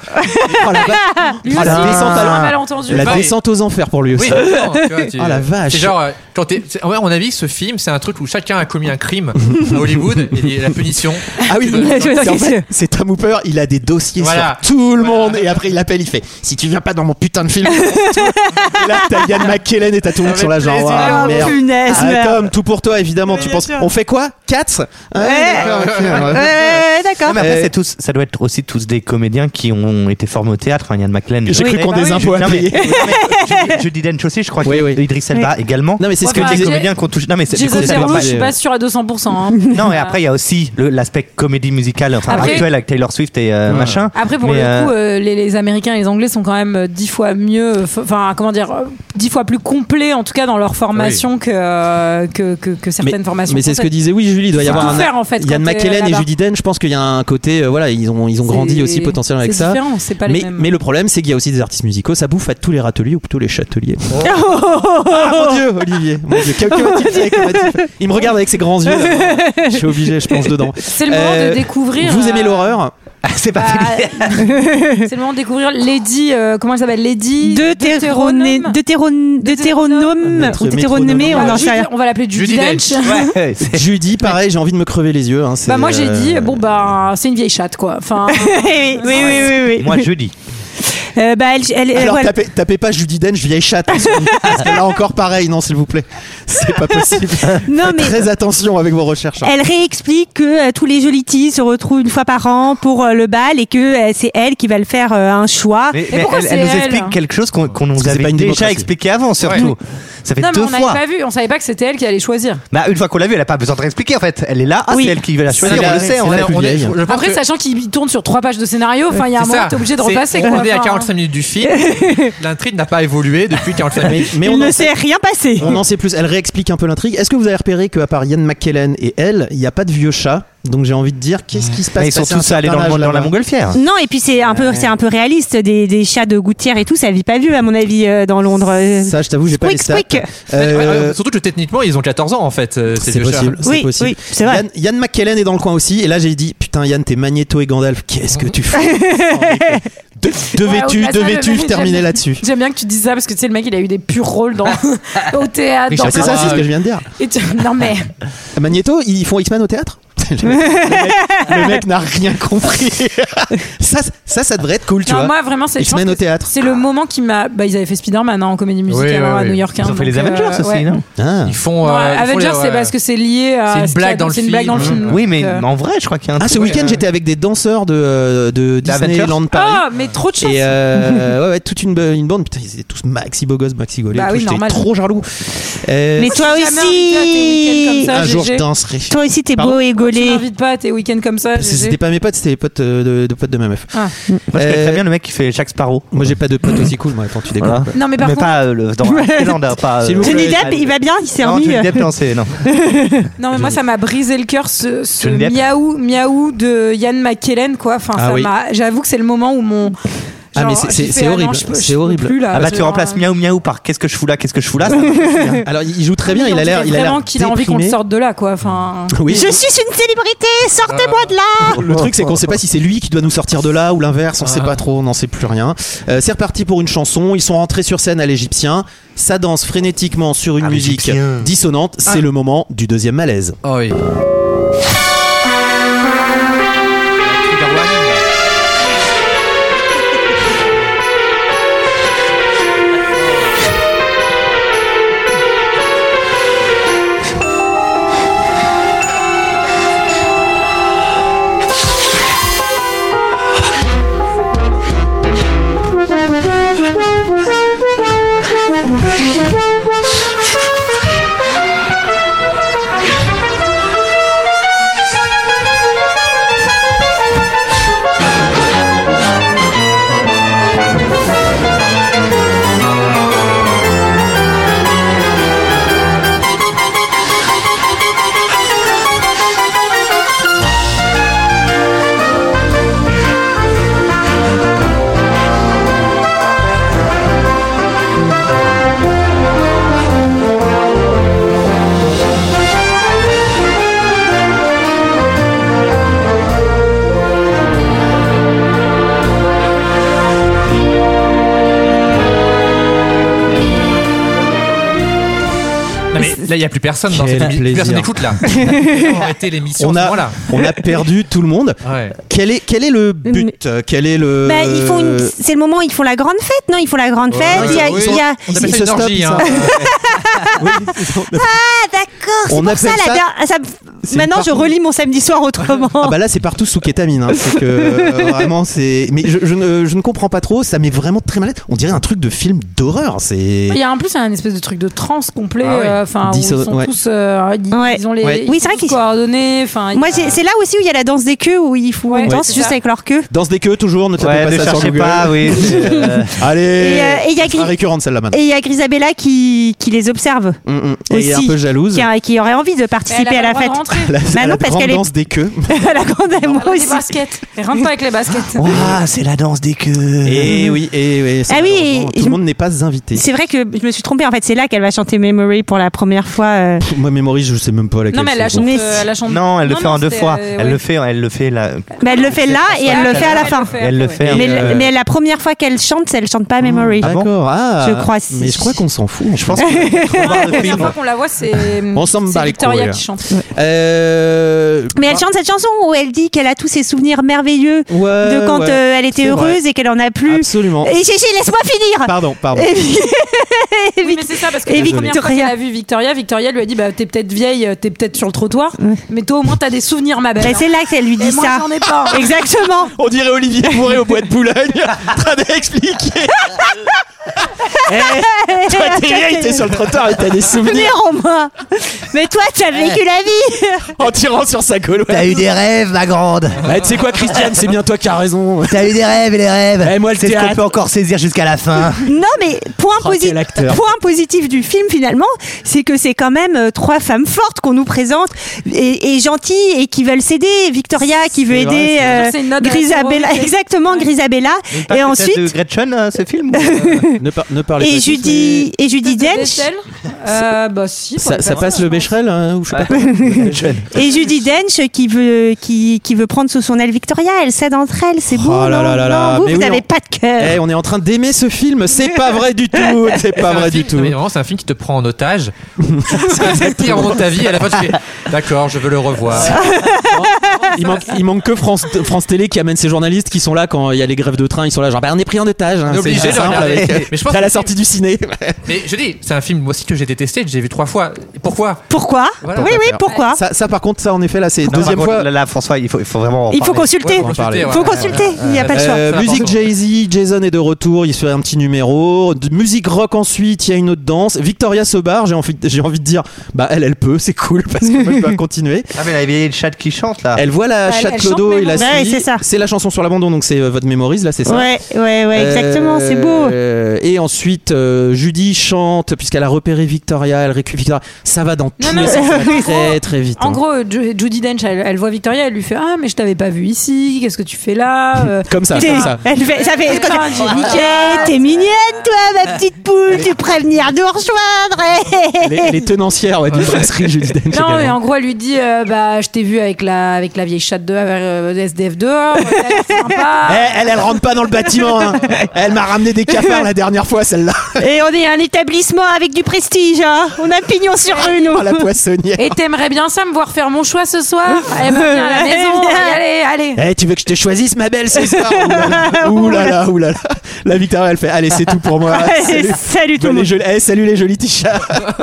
La descente aux enfers pour lui aussi. Oh la vache. C'est genre, à mon avis, ce film, c'est un truc où chacun a commis un crime à Hollywood et la punition. Ah oui, en fait, c'est Tom Hooper, il a des dossiers sur tout le monde et après il appelle, il fait si tu viens pas dans mon putain de film. Et là, t'as Ian McKellen et t'as tout le monde sur la genre. Merde. Tom, tout pour toi évidemment. Tu penses, on fait quoi? Cats? D'accord. Mais après, ça doit être aussi tous des comédiens qui ont été formés au théâtre. Ian McKellen. J'ai cru qu'on des impôts à payer. Judy Dench aussi, je crois. Idriss Elba également. Non mais c'est ce que des comédiens qu'on touche. Non mais je suis pas sûre à 200%. Non et après il y a aussi l'aspect comédie musicale actuel avec Taylor Swift et machin. Après pour le coup les Américains et les Anglais sont quand même 10 fois mieux, enfin comment dire, 10 fois plus complets en tout cas dans leur formation que certaines formations. Mais c'est ce que disait Julie, il doit y avoir Ian McKellen et Judy Dench. Je pense qu'il y a un côté ils ont grandi aussi potentiellement avec ça. C'est pas les mêmes. Mais le problème c'est qu'il y a aussi des artistes musicaux, ça bouffe à tous les râteliers ou plutôt les châteliers. Ah mon Dieu, Olivier, il me regarde avec ses grands yeux. Je suis obligé, je plonge dedans. C'est le moment de découvrir. Vous aimez l'horreur? C'est pas c'est le moment de découvrir Lady comment elle s'appelle, Lady Deutéronome, on en sait rien. On va l'appeler Judy Dench. Judy, pareil, j'ai envie de me crever les yeux. Moi j'ai dit c'est une vieille chatte quoi. Enfin. Oui. Moi je dis. Alors tapez pas Judy Dench vieille chatte parce que là encore pareil, non s'il vous plaît, c'est pas possible. Non, mais très attention avec vos recherches. Elle réexplique que tous les jolities se retrouvent une fois par an pour le bal et que c'est elle qui va le faire un choix. Mais elle nous explique quelque chose qu'on nous avait déjà expliqué avant surtout. Ça fait 2 fois. On n'avait pas vu, on savait pas que c'était elle qui allait choisir. Une fois qu'on l'a vu, elle a pas besoin de réexpliquer en fait. Elle est là, c'est elle qui va la choisir, on le sait. Après, sachant qu'il tourne sur 3 pages de scénario, il y a un moment t'es obligé de repasser. On est à 45 minutes du film, l'intrigue n'a pas évolué depuis 45 minutes. Mais on ne s'est rien passé. On en sait plus, elle réexplique un peu l'intrigue. Est-ce que vous avez repéré qu'à part Ian McKellen et elle, il n'y a pas de vieux chat? Donc j'ai envie de dire, qu'est-ce qui se passe? Ils sont tous allés dans la montgolfière. Non, et puis c'est un peu réaliste, des chats de gouttière et tout, ça vit pas vieux à mon avis dans Londres. Ça, je t'avoue, j'ai pas les stats. Surtout que techniquement, ils ont 14 ans en fait. C'est possible. Oui, c'est vrai. Ian McKellen est dans le coin aussi, et là j'ai dit, putain Yann, t'es Magneto et Gandalf, qu'est-ce que tu fais? Deux vêtus, terminé là-dessus. J'aime bien que tu dises ça parce que tu sais, le mec il a eu des purs rôles au théâtre. C'est ça, c'est ce que je viens de dire. Non mais. Magneto, ils font X-Men au théâtre? Le mec n'a rien compris. ça devrait être cool, tu vois. Moi vraiment c'est X-Men au théâtre. C'est le moment qui m'a ils avaient fait Spider-Man en comédie musicale à New York. Ils ont fait les Avengers aussi, non? Ils font Avengers, c'est parce que c'est lié à c'est une blague dans le film. Oui, mais en vrai, je crois qu'il y a un ce week-end, j'étais avec des danseurs de Disneyland Paris. Ah, mais trop de chance. Et toute une bande, putain, ils étaient tous maxi beaux gosses, maxi gaulés. J'étais trop jaloux. Mais toi aussi, un jour je danserai. Toi aussi, t'es beau et gaulé. Tu m'invites pas à tes week-ends comme ça. C'était pas mes potes, c'était les potes de potes de ma meuf. Moi, je connais très bien le mec qui fait Jack Sparrow. Moi, j'ai pas de potes aussi cool. Moi, attends, tu déconnes. Non, mais par contre, pas dans Highlander, pas. Johnny Depp, il va bien, il s'est remis. Johnny Depp, non. Non, mais moi, ça m'a brisé le cœur ce miaou de Ian McKellen, quoi. Enfin, j'avoue que c'est le moment où Ah, mais c'est horrible. C'est horrible. Ah bah tu remplaces miaou miaou par qu'est-ce que je fous là. Alors il joue très bien. Il a l'air vraiment qu'il a envie qu'on le sorte de là, quoi. Enfin. Oui. Je suis une célébrité, sortez-moi de là. Le truc, c'est qu'on sait pas si c'est lui qui doit nous sortir de là ou l'inverse. On sait pas trop. On n'en sait plus rien. C'est reparti pour une chanson. Ils sont rentrés sur scène à l'Égyptien. Ça danse frénétiquement sur une musique dissonante. C'est le moment du deuxième malaise. Oh oui. Là, il n'y a plus personne dans cette émission. Personne n'écoute là. On a arrêté l'émission. On a perdu tout le monde. Ouais. Quel est le but? Quel est le c'est le moment où ils font la grande fête, non? Ils font la grande fête. On appelle ça une orgie. Ah d'accord. C'est pour ça. Maintenant, je relis mon samedi soir autrement. Ah bah là, c'est partout sous kétamine. Hein. C'est que vraiment, c'est. Mais je ne comprends pas trop. Ça met vraiment très mal. On dirait un truc de film d'horreur. C'est. Il y a en plus un espèce de truc de transe complet. Enfin, où ils sont tous. Ils ont les. Oui, c'est vrai qu'ils coordonnées. Moi, c'est là aussi où il y a la danse des queues où ils font une danse juste avec leur queue. Danse des queues toujours. Ne tapez pas ça sur Google. Oui. Allez. Et il y a récurrente celle-là maintenant. Et il y a Grisabella qui les observe. Et un peu jalouse. Qui aurait envie de participer à la fête. La grande danse des queues. La grande moi aussi. Les baskets. Et rentre pas avec les baskets. Ah, c'est la danse des queues. Et oui. Tout le monde n'est pas invité. C'est vrai que je me suis trompée. En fait, c'est là qu'elle va chanter Memory pour la première fois. Moi, Memory, je sais même pas laquelle. Non, mais elle la chante. Non, elle le fait en deux fois. Elle le fait là. Mais elle le fait là et elle le fait à la fin. Elle le fait. Mais la première fois qu'elle chante pas Memory. D'accord. Je crois. Mais je crois qu'on s'en fout. Je pense. La première fois qu'on la voit, c'est Victoria qui chante. Mais elle chante cette chanson où elle dit qu'elle a tous ses souvenirs merveilleux de quand elle était heureuse et qu'elle en a plus. Absolument. Et Chichi, laisse-moi finir. Pardon. Oui, mais c'est ça, parce que la première fois qu'elle a vu Victoria lui a dit t'es peut-être vieille, t'es peut-être sur le trottoir, mais toi au moins t'as des souvenirs, ma belle. C'est là qu'elle lui dit ça. Moi j'en ai pas. Exactement. On dirait Olivier Bourré au bois de Boulogne, en train d'expliquer. Toi t'es vieille, t'es sur le trottoir et t'as des souvenirs en moi. Mais toi t'as vécu la vie. En tirant sur sa colonne. T'as eu des rêves, ma grande. Tu sais quoi, Christiane, c'est bien toi qui as raison. T'as eu des rêves et les rêves. Moi, c'est ce qu'on peut encore saisir jusqu'à la fin. Non, mais point positif du film finalement, c'est que c'est quand même trois femmes fortes qu'on nous présente et gentilles et qui veulent s'aider. Victoria qui veut aider Grisabella, exactement Grisabella. Et ensuite de Gretchen, ce film. Ne parlez pas. Et Judi Dench. Bah si. Ça passe le Becherel ou je sais pas. Et Judi Dench qui veut prendre sous son aile Victoria. Elle cède entre elles. C'est beau. Oh là. Vous n'avez pas de cœur. On est en train d'aimer ce film. C'est pas vrai du tout. C'est pas vrai du tout. Mais vraiment, c'est un film qui te prend en otage. C'est le pire moment de ta vie. Et à la fin, tu fais d'accord, je veux le revoir. Il manque que France Télé qui amène ces journalistes qui sont là quand il y a les grèves de train. Ils sont là genre on est pris en otage. On est obligé de regarder. Mais je pense à la sortie du ciné. Mais je dis, c'est un film moi aussi que j'ai détesté. J'ai vu 3 fois. Pourquoi voilà. Oui, pourquoi ça par contre, ça en effet là c'est deuxième fois. Là François, il faut vraiment. Il faut consulter. Il faut consulter. Il n'y a pas de choix. Musique Jay-Z, Jason est de retour. Il se fait un petit numéro. Musique rock ensuite. Il y a une autre danse. Victoria se barre. J'ai envie de dire elle peut. C'est cool parce que moi je peux continuer. Ah mais là il y a le chat qui chante là. Elle voit la chatte Clodo et la Ouais, suit. c'est ça. C'est la chanson sur l'abandon, donc c'est votre mémorise là, c'est ça. Ouais, exactement, c'est beau. Et ensuite, Judy chante puisqu'elle a repéré Victoria. Elle récupère Victoria. Ça va dans tous les sens, ça va très très vite. En gros, Judi Dench, elle voit Victoria, elle lui fait mais je t'avais pas vu ici. Qu'est-ce que tu fais là Comme ça. Elle fait, ça fait. T'es mignonne, toi, ma petite poule. Tu pourrais venir nous rejoindre. Les tenancières d'une brasserie Judi Dench. Non, mais en gros, elle lui dit je t'ai vu avec la vieille chatte de SDF dehors. C'est sympa. Elle rentre pas dans le bâtiment. Hein. Elle m'a ramené des cafards la dernière fois, celle-là. Et on est un établissement avec du prestige, hein. On a pignon sur rue, nous. La poissonnière. Et t'aimerais bien ça, me voir faire mon choix ce soir? Eh ben, viens à la maison. Allez. Tu veux que je te choisisse, ma belle, ce soir? Ouh là là. La Victoria, elle fait allez, c'est tout pour moi. Salut tout le monde. Salut les jolis t-shirts.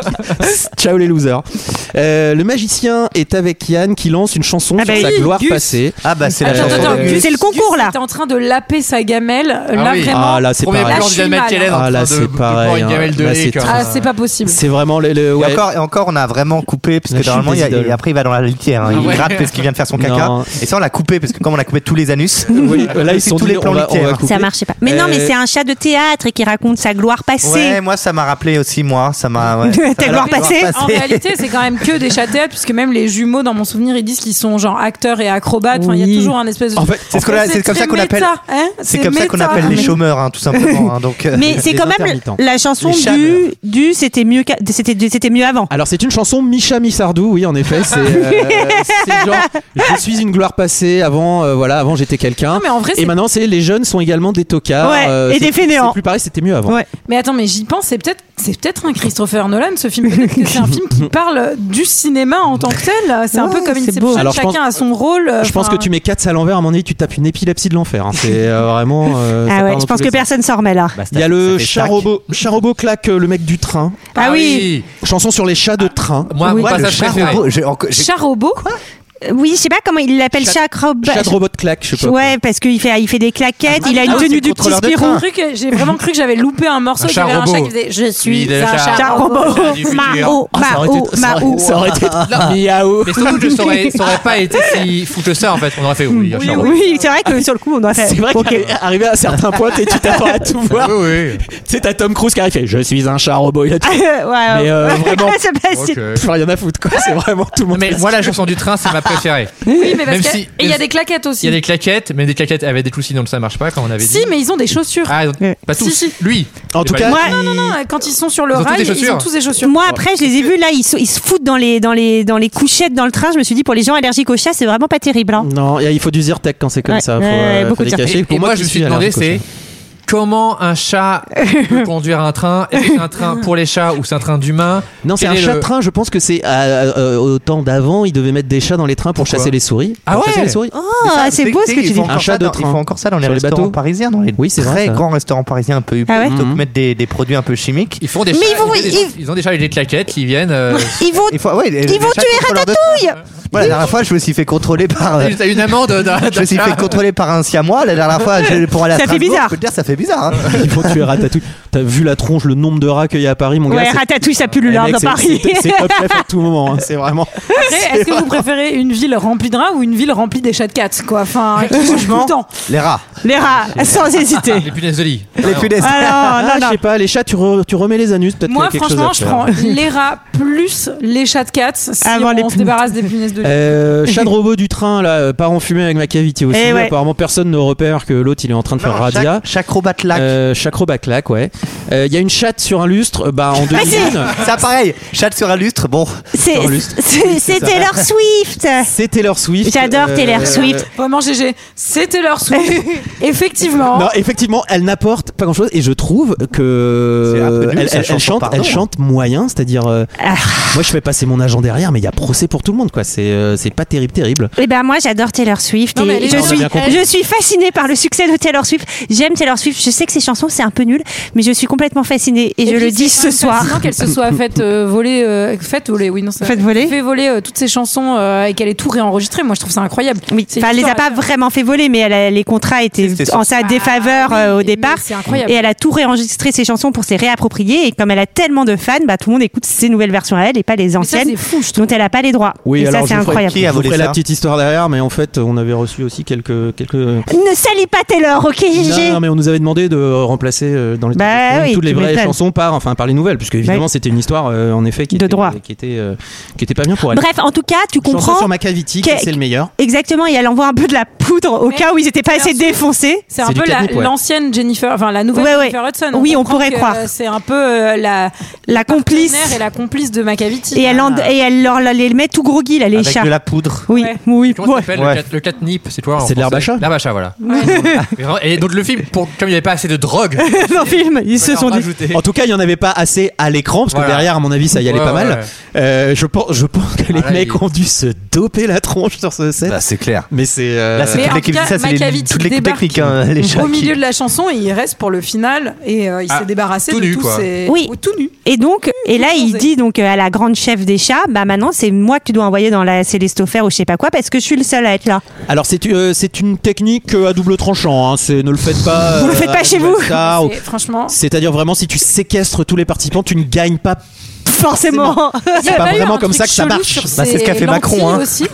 Ciao les losers. Le magicien est avec Yann qui lance une chanson sur sa gloire passée. C'est la chanson. C'est le concours là. T'es en train de laper sa gamelle. Là vraiment. Là c'est pareil. Là c'est pareil. C'est pas possible. C'est vraiment Et encore, on a vraiment coupé parce que normalement, après il va dans la litière. Il gratte parce qu'il vient de faire son caca. Et ça, on l'a coupé parce que comme on a coupé tous les anus, là ils sont tous les plans litières. Ça marchait pas. Mais non, mais c'est un chat de théâtre et qui raconte sa gloire passée. Ouais, moi ça m'a rappelé aussi, ça m'a. Ta gloire passée. En réalité, c'est quand même que des chats de théâtre, puisque même les jumeaux, dans mon souvenir, ils disent qu'ils sont genre acteurs et acrobates. Enfin, il y a toujours un espèce de. En fait, c'est comme ça qu'on appelle. C'est comme ça qu'on appelle les chômeurs, tout simplement. Donc. Mais c'est quand même la chanson du c'était mieux avant. Alors c'est une chanson Micha Missardou, oui en effet. C'est genre je suis une gloire passée. Avant j'étais quelqu'un. Mais en vrai, et maintenant c'est les jeunes sont également des tocards. Et des fainéants. C'est plus pareil, c'était mieux avant. Ouais. Mais attends, mais j'y pense, c'est peut-être un Christopher Nolan, ce film. Peut-être que c'est un film qui parle du cinéma en tant que tel. C'est un peu comme Inception. Alors, chacun a son rôle. Je pense que tu mets Katz à l'envers, à mon avis, tu tapes une épilepsie de l'enfer. C'est vraiment. Je pense que personne s'en remet là. Il y a le chat robot claque le mec du train. Ah oui. Chanson sur les chats de train. Moi, mon passage préféré. Chat robot. Oui, je sais pas comment il l'appelle, chat de robot claque, je sais pas. Ouais, parce qu'il fait des claquettes, il a une tenue du petit Spirou. J'ai vraiment cru que j'avais loupé un morceau. Il y avait un chat qui faisait je suis un chat robot. Mao. Ça aurait été miaou. Mais surtout, ça aurait pas été si foutu ça en fait. On aurait fait oui, c'est vrai que sur le coup, on aurait fait. C'est vrai qu'arrivé à un certain point, tu t'attends à tout voir. Tu sais, t'as Tom Cruise qui arrive et je suis un chat robot. Il a tout. Mais vraiment, plus rien à foutre quoi. C'est vraiment tout le monde. Mais moi, la chanson du train, c'est ma préférée. Oui, mais parce que et il y a des claquettes aussi. Il y a des claquettes, mais des claquettes avec des clous, sinon ça marche pas, comme on avait dit. Si, mais ils ont des chaussures. Ah, pas tous. Si. Lui. En tout cas, non. Quand ils sont sur le rail, ils ont tous des chaussures. Moi, après, je les ai vus là, ils se foutent dans les couchettes dans le train. Je me suis dit, pour les gens allergiques aux chats, c'est vraiment pas terrible. Hein. Non, il faut du Zyrtec quand c'est comme ça. Faut les cacher. Et moi, je me suis demandé, c'est comment un chat peut conduire un train? Est-ce que c'est un train pour les chats ou c'est un train d'humains? Non, c'est un chat-train. Je pense que c'est au temps d'avant, ils devaient mettre des chats dans les trains pour chasser les souris. Ah ouais. Chasser les souris. Oh, c'est beau ce que tu dis. Un chat de train. Ils font encore ça dans les restaurants parisiens, dans les très grands restaurants parisiens un peu huppés. Plutôt que mettre des produits un peu chimiques. Ils font des chats. Ils ont des chats avec des claquettes qui viennent. Ils vont tuer Ratatouille. La dernière fois, je me suis fait contrôler par. T'as une amende. Je me suis fait contrôler par un siamois. La dernière fois, pour aller à Strasbourg, je peux te dire, ça fait bizarre. Ils vont tuer Ratatouille. T'as vu la tronche, le nombre de rats qu'il y a à Paris, mon gars? Ouais, Ratatouille, ça pullule dans Paris. C'est top chef à tout moment. C'est vraiment. Après, est-ce que vous préférez une ville remplie de rats ou une ville remplie des chats de cats, quoi? Enfin, franchement, les rats, sans hésiter. Les punaises de lit. Les punaises. Je sais pas, les chats, tu remets les anus, peut-être. Moi, franchement, je prends les rats plus les chats de cats si on se débarrasse des punaises de lit. Chat de robot du train, là, part en fumée avec ma cavité aussi. Apparemment, personne ne repère que l'autre, il est en train de faire radia. Chacrobat-clac, ouais. Il y a une chatte sur un lustre, en 2001. Ça pareil, chatte sur un lustre, bon. C'est Taylor Swift. C'est Taylor Swift. J'adore Taylor Swift. Vraiment, GG. C'est Taylor Swift. Effectivement. Non, effectivement, elle n'apporte pas grand-chose et je trouve que elle chante moyen, c'est-à-dire moi je fais passer mon agent derrière, mais il y a procès pour tout le monde, quoi. C'est pas terrible. Et moi j'adore Taylor Swift et je suis fascinée par le succès de Taylor Swift. J'aime Taylor Swift. Je sais que ses chansons c'est un peu nul, mais je suis complètement complètement fascinée et je le dis ce soir. Fascinant qu'elle se soit fait voler, toutes ses chansons et qu'elle ait tout réenregistré. Moi, je trouve ça incroyable. Oui, enfin, elle les a pas vraiment fait voler, mais les contrats étaient en sa défaveur au départ. C'est incroyable. Et elle a tout réenregistré ses chansons pour se réapproprier. Et comme elle a tellement de fans, tout le monde écoute ses nouvelles versions à elle et pas les anciennes, dont elle a pas les droits. Oui, et alors ça, c'est incroyable. Je vous ferai la petite histoire derrière, mais en fait, on avait reçu aussi quelques. Ne salis pas Taylor, ok, Gigi. Non, mais on nous avait demandé de remplacer dans les toutes les vraies chansons par les nouvelles, puisque évidemment c'était une histoire en effet qui était pas bien pour elle. Bref, en tout cas, tu comprends. Sur Macavity, c'est le meilleur. Exactement, et elle envoie un peu de la poudre au cas où ils étaient pas assez défoncés. C'est un peu l'ancienne Jennifer, enfin la nouvelle Jennifer Hudson. Oui, on pourrait croire. C'est un peu la complice et la complice de Macavity. Et elle leur les met tout groggy là, les avec chats. de la poudre. Oui, oui. Comment ça s'appelle le catnip? C'est quoi? C'est de l'herbe à chat. L'herbe à chat, voilà. Et donc le film, comme il n'y avait pas assez de drogue dans le film, ils se sont dit. En tout cas, il n'y en avait pas assez à l'écran, parce que derrière, à mon avis, ça y allait pas mal. Je pense que les mecs ont dû se doper la tronche sur ce set. Bah, c'est clair. Mais c'est. Là, c'est toute l'équipe. Ça, c'est toute l'équipe technique. Les chats au milieu de la chanson, et il reste pour le final, et il s'est débarrassé de tous ses. Oui, tout nu. Et donc, là, il dit donc à la grande chef des chats, bah maintenant, c'est moi que tu dois envoyer dans la célestosphère ou je sais pas quoi, parce que je suis le seul à être là. Alors, c'est une technique à double tranchant. Hein. Ne le faites pas. Vous le faites pas chez vous. Franchement. C'est-à-dire vraiment, si tu séquestres tous les participants, tu ne gagnes pas. Forcément. C'est pas vraiment comme ça que ça marche. C'est ce qu'a fait Macron. Hein. Aussi.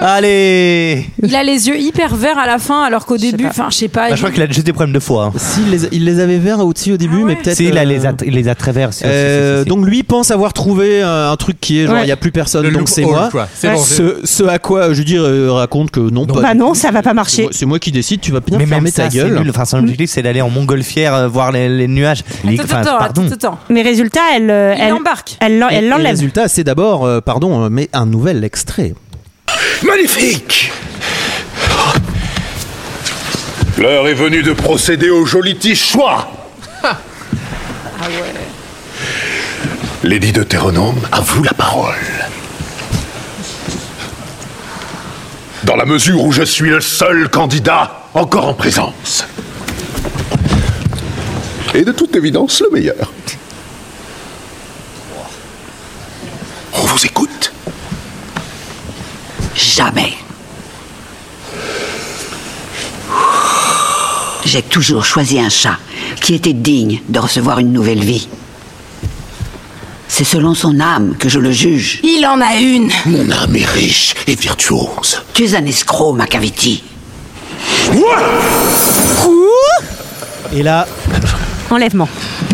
Allez. Il a les yeux hyper verts à la fin, alors qu'au début, je sais pas. Je crois qu'il a juste des problèmes de foie. Hein. Si, il les avait verts au-dessus au début, mais peut-être. Si, il les a très verts. Donc lui pense avoir trouvé un truc qui est genre il y a plus personne, donc c'est moi. Ce à quoi je dis raconte que non. Bah non, ça va pas marcher. C'est moi qui décide. Tu vas bien fermer ta gueule. Enfin, son objectif c'est d'aller en montgolfière voir les nuages. Attends. Mais résultat, elle embarque. Elle le l'enlève. résultat, c'est d'abord, mais un nouvel extrait. Magnifique! L'heure est venue de procéder au joli petit choix. Ah ouais. Lady Deutéronome, à vous la parole. Dans la mesure où je suis le seul candidat encore en présence. Et de toute évidence, le meilleur. On vous écoute. Jamais. J'ai toujours choisi un chat qui était digne de recevoir une nouvelle vie. C'est selon son âme que je le juge. Il en a une. Mon âme est riche et virtuose. Tu es un escroc, Macavity. Et là... Enlèvement.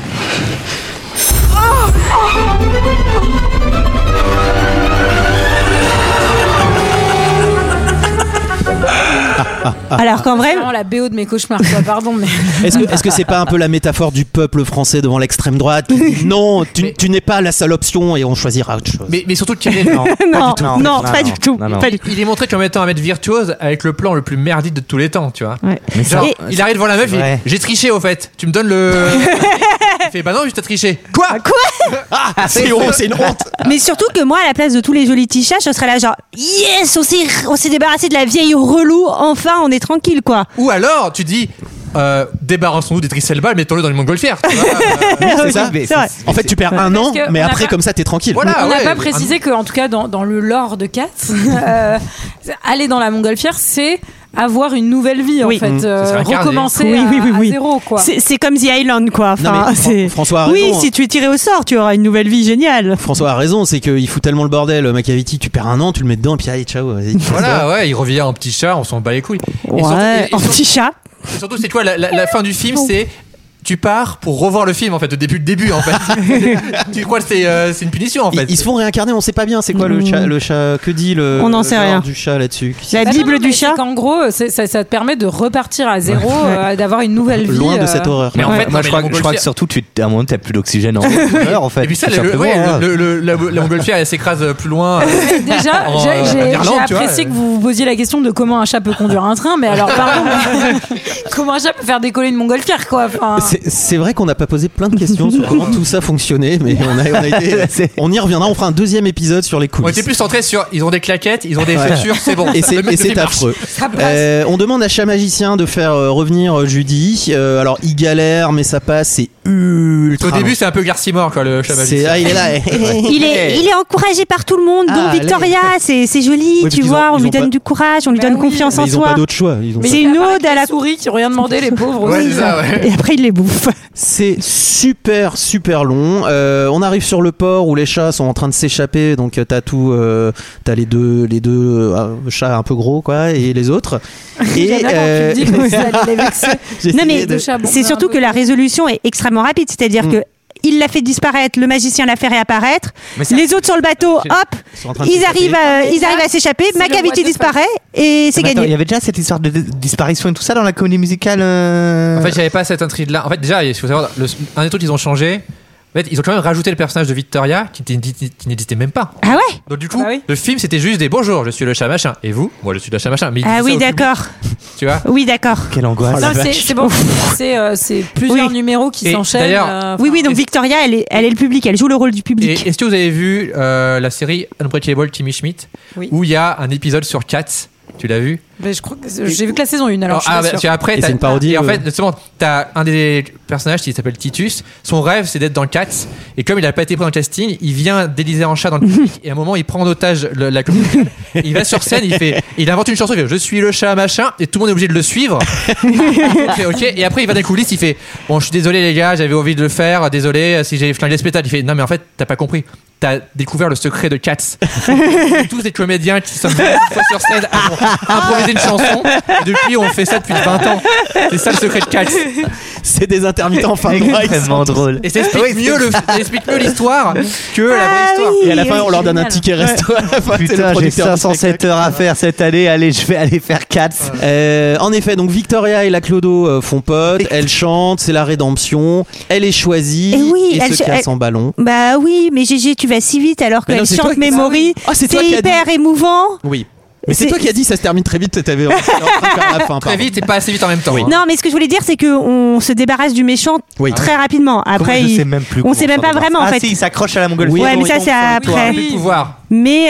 Alors qu'en vrai, c'est vraiment la BO de mes cauchemars, quoi. Pardon, mais est-ce que c'est pas un peu la métaphore du peuple français devant l'extrême droite qui dit non, tu n'es pas la seule option et on choisira autre chose. Mais surtout Thierry, non, pas du tout. Il est montré qu'en mettant un mec virtuose avec le plan le plus merdique de tous les temps, tu vois. Ouais. Mais genre, il arrive devant la meuf, il dit j'ai triché au fait. Tu me donnes le. Il fait bah non, juste t'as triché. Quoi c'est une honte. Mais surtout que moi, à la place de tous les jolis petits chats, je serais là genre yes, on s'est débarrassé de la vieille relou. Enfin, on est tranquille, quoi. Ou alors, tu dis. Débarrassons-nous des Tricelle Ball, mettons-le dans une montgolfière. C'est ça. En fait, tu perds un an, mais après, comme ça, t'es tranquille. Voilà, on n'a pas précisé que, en tout cas, dans le lore de Cats, aller dans la montgolfière, c'est avoir une nouvelle vie, en fait, recommencer à zéro, quoi. C'est comme The Island, quoi. Enfin, François a raison. Oui, si tu es tiré au sort, tu auras une nouvelle vie géniale. François a raison, c'est qu'il fout tellement le bordel, Macavity, tu perds un an, tu le mets dedans, et puis allez, ciao. Voilà, il revient en petit chat, on s'en bat les couilles. En petit chat. Et surtout, c'est quoi la fin du film, c'est tu pars pour revoir le film en fait depuis le début en fait. Tu crois que c'est une punition en fait. Ils se font réincarner, on sait pas bien c'est quoi le chat, que dit on n'en sait rien du chat là-dessus. La Bible du chat. En gros, ça te permet de repartir à zéro, d'avoir une nouvelle vie. Loin de cette horreur. Mais en fait, moi je crois que surtout à un moment t'as plus d'oxygène en en fait. Et puis ça, la montgolfière elle s'écrase plus loin. Déjà, j'ai apprécié que vous posiez la question de comment un chat peut conduire un train, mais alors pardon, comment un chat peut faire décoller une montgolfière quoi. C'est vrai qu'on n'a pas posé plein de questions sur comment tout ça fonctionnait, mais on y reviendra. On fera un deuxième épisode sur les coulisses. On était plus centré sur ils ont des claquettes, ils ont des chaussures, c'est bon. Et c'est affreux. On demande à Chat Magicien de faire revenir Judy. Alors il galère, mais ça passe. C'est ultra. Au début, c'est un peu Garcimore quoi, le Chat Magicien. Il est là. Il est encouragé par tout le monde, dont Victoria. C'est joli, tu vois. On lui donne du courage, on lui donne confiance en soi. Ils n'ont pas d'autre choix. Mais c'est une ode à la souris qui n'ont rien demandé, les pauvres. Ouais, c'est ça, ouais. Et après, il les bouffe. C'est super long. On arrive sur le port où les chats sont en train de s'échapper. Donc t'as les deux chats un peu gros quoi et les autres. Et non mais c'est surtout que la résolution est extrêmement rapide. C'est-à-dire que il l'a fait disparaître, le magicien l'a fait réapparaître. Les autres sur le bateau, hop, ils arrivent à s'échapper. Macavity disparaît et c'est gagné. Il y avait déjà cette histoire de disparition et tout ça dans la comédie musicale. En fait, j'avais pas cette intrigue-là. En fait, déjà, il faut savoir, un des trucs qu'ils ont changé. En fait, ils ont quand même rajouté le personnage de Victoria qui n'existait même pas. Ah ouais. Donc du coup, le film c'était juste des bonjour, je suis le chat machin. Et vous, moi je suis le chat machin. Mais oui, d'accord. Tu vois. Oui, d'accord. Quelle angoisse. Non, c'est bon. C'est plusieurs numéros qui s'enchaînent. D'ailleurs, oui, donc Victoria, elle est le public, elle joue le rôle du public. Et est-ce que vous avez vu la série Unbreakable Kimmy Schmidt où il y a un épisode sur Cats? Tu l'as vu? Je crois que j'ai vu que la saison 1 alors. Après, c'est une parodie. Et en fait, justement, t'as un des personnages qui s'appelle Titus. Son rêve, c'est d'être dans Cats. Et comme il a pas été pris dans le casting, il vient déguisé en chat dans le public. Et à un moment, il prend en otage la comédie. Il va sur scène, il invente une chanson. Il fait je suis le chat machin. Et tout le monde est obligé de le suivre. Il fait ok. Et après, il va dans les coulisses. Il fait bon, je suis désolé les gars, j'avais envie de le faire. Désolé si j'ai flingué le spectacle. Il fait non mais en fait, t'as pas compris. T'as découvert le secret de Cats. Tous des comédiens qui sont une fois sur scène à improviser une chanson. Et depuis, on fait ça depuis 20 ans. C'est ça le secret de Cats. C'est des intermittents fin de mois. Extrêmement drôle. Et ça explique mieux l'histoire que la vraie histoire. Et à la fin, on leur donne un ticket resto. À la fin, putain, j'ai 507 heures à faire cette année. Allez, je vais aller faire Cats. En effet, donc Victoria et la Clodo font pote. Elle chante, c'est la rédemption. Elle est choisie et se casse en ballon. Bah oui, mais Gégé, tu vas si vite alors qu'elle chante Memory. C'est hyper émouvant. Oui. Mais c'est toi qui as dit ça se termine très vite, t'avais en train de faire la fin. Très vite et pas assez vite en même temps. Oui. Non, mais ce que je voulais dire, c'est qu'on se débarrasse du méchant très rapidement. Après, on sait même pas vraiment en fait. Ah si, il s'accroche à la montgolfière. Ouais, mais ça c'est après. Mais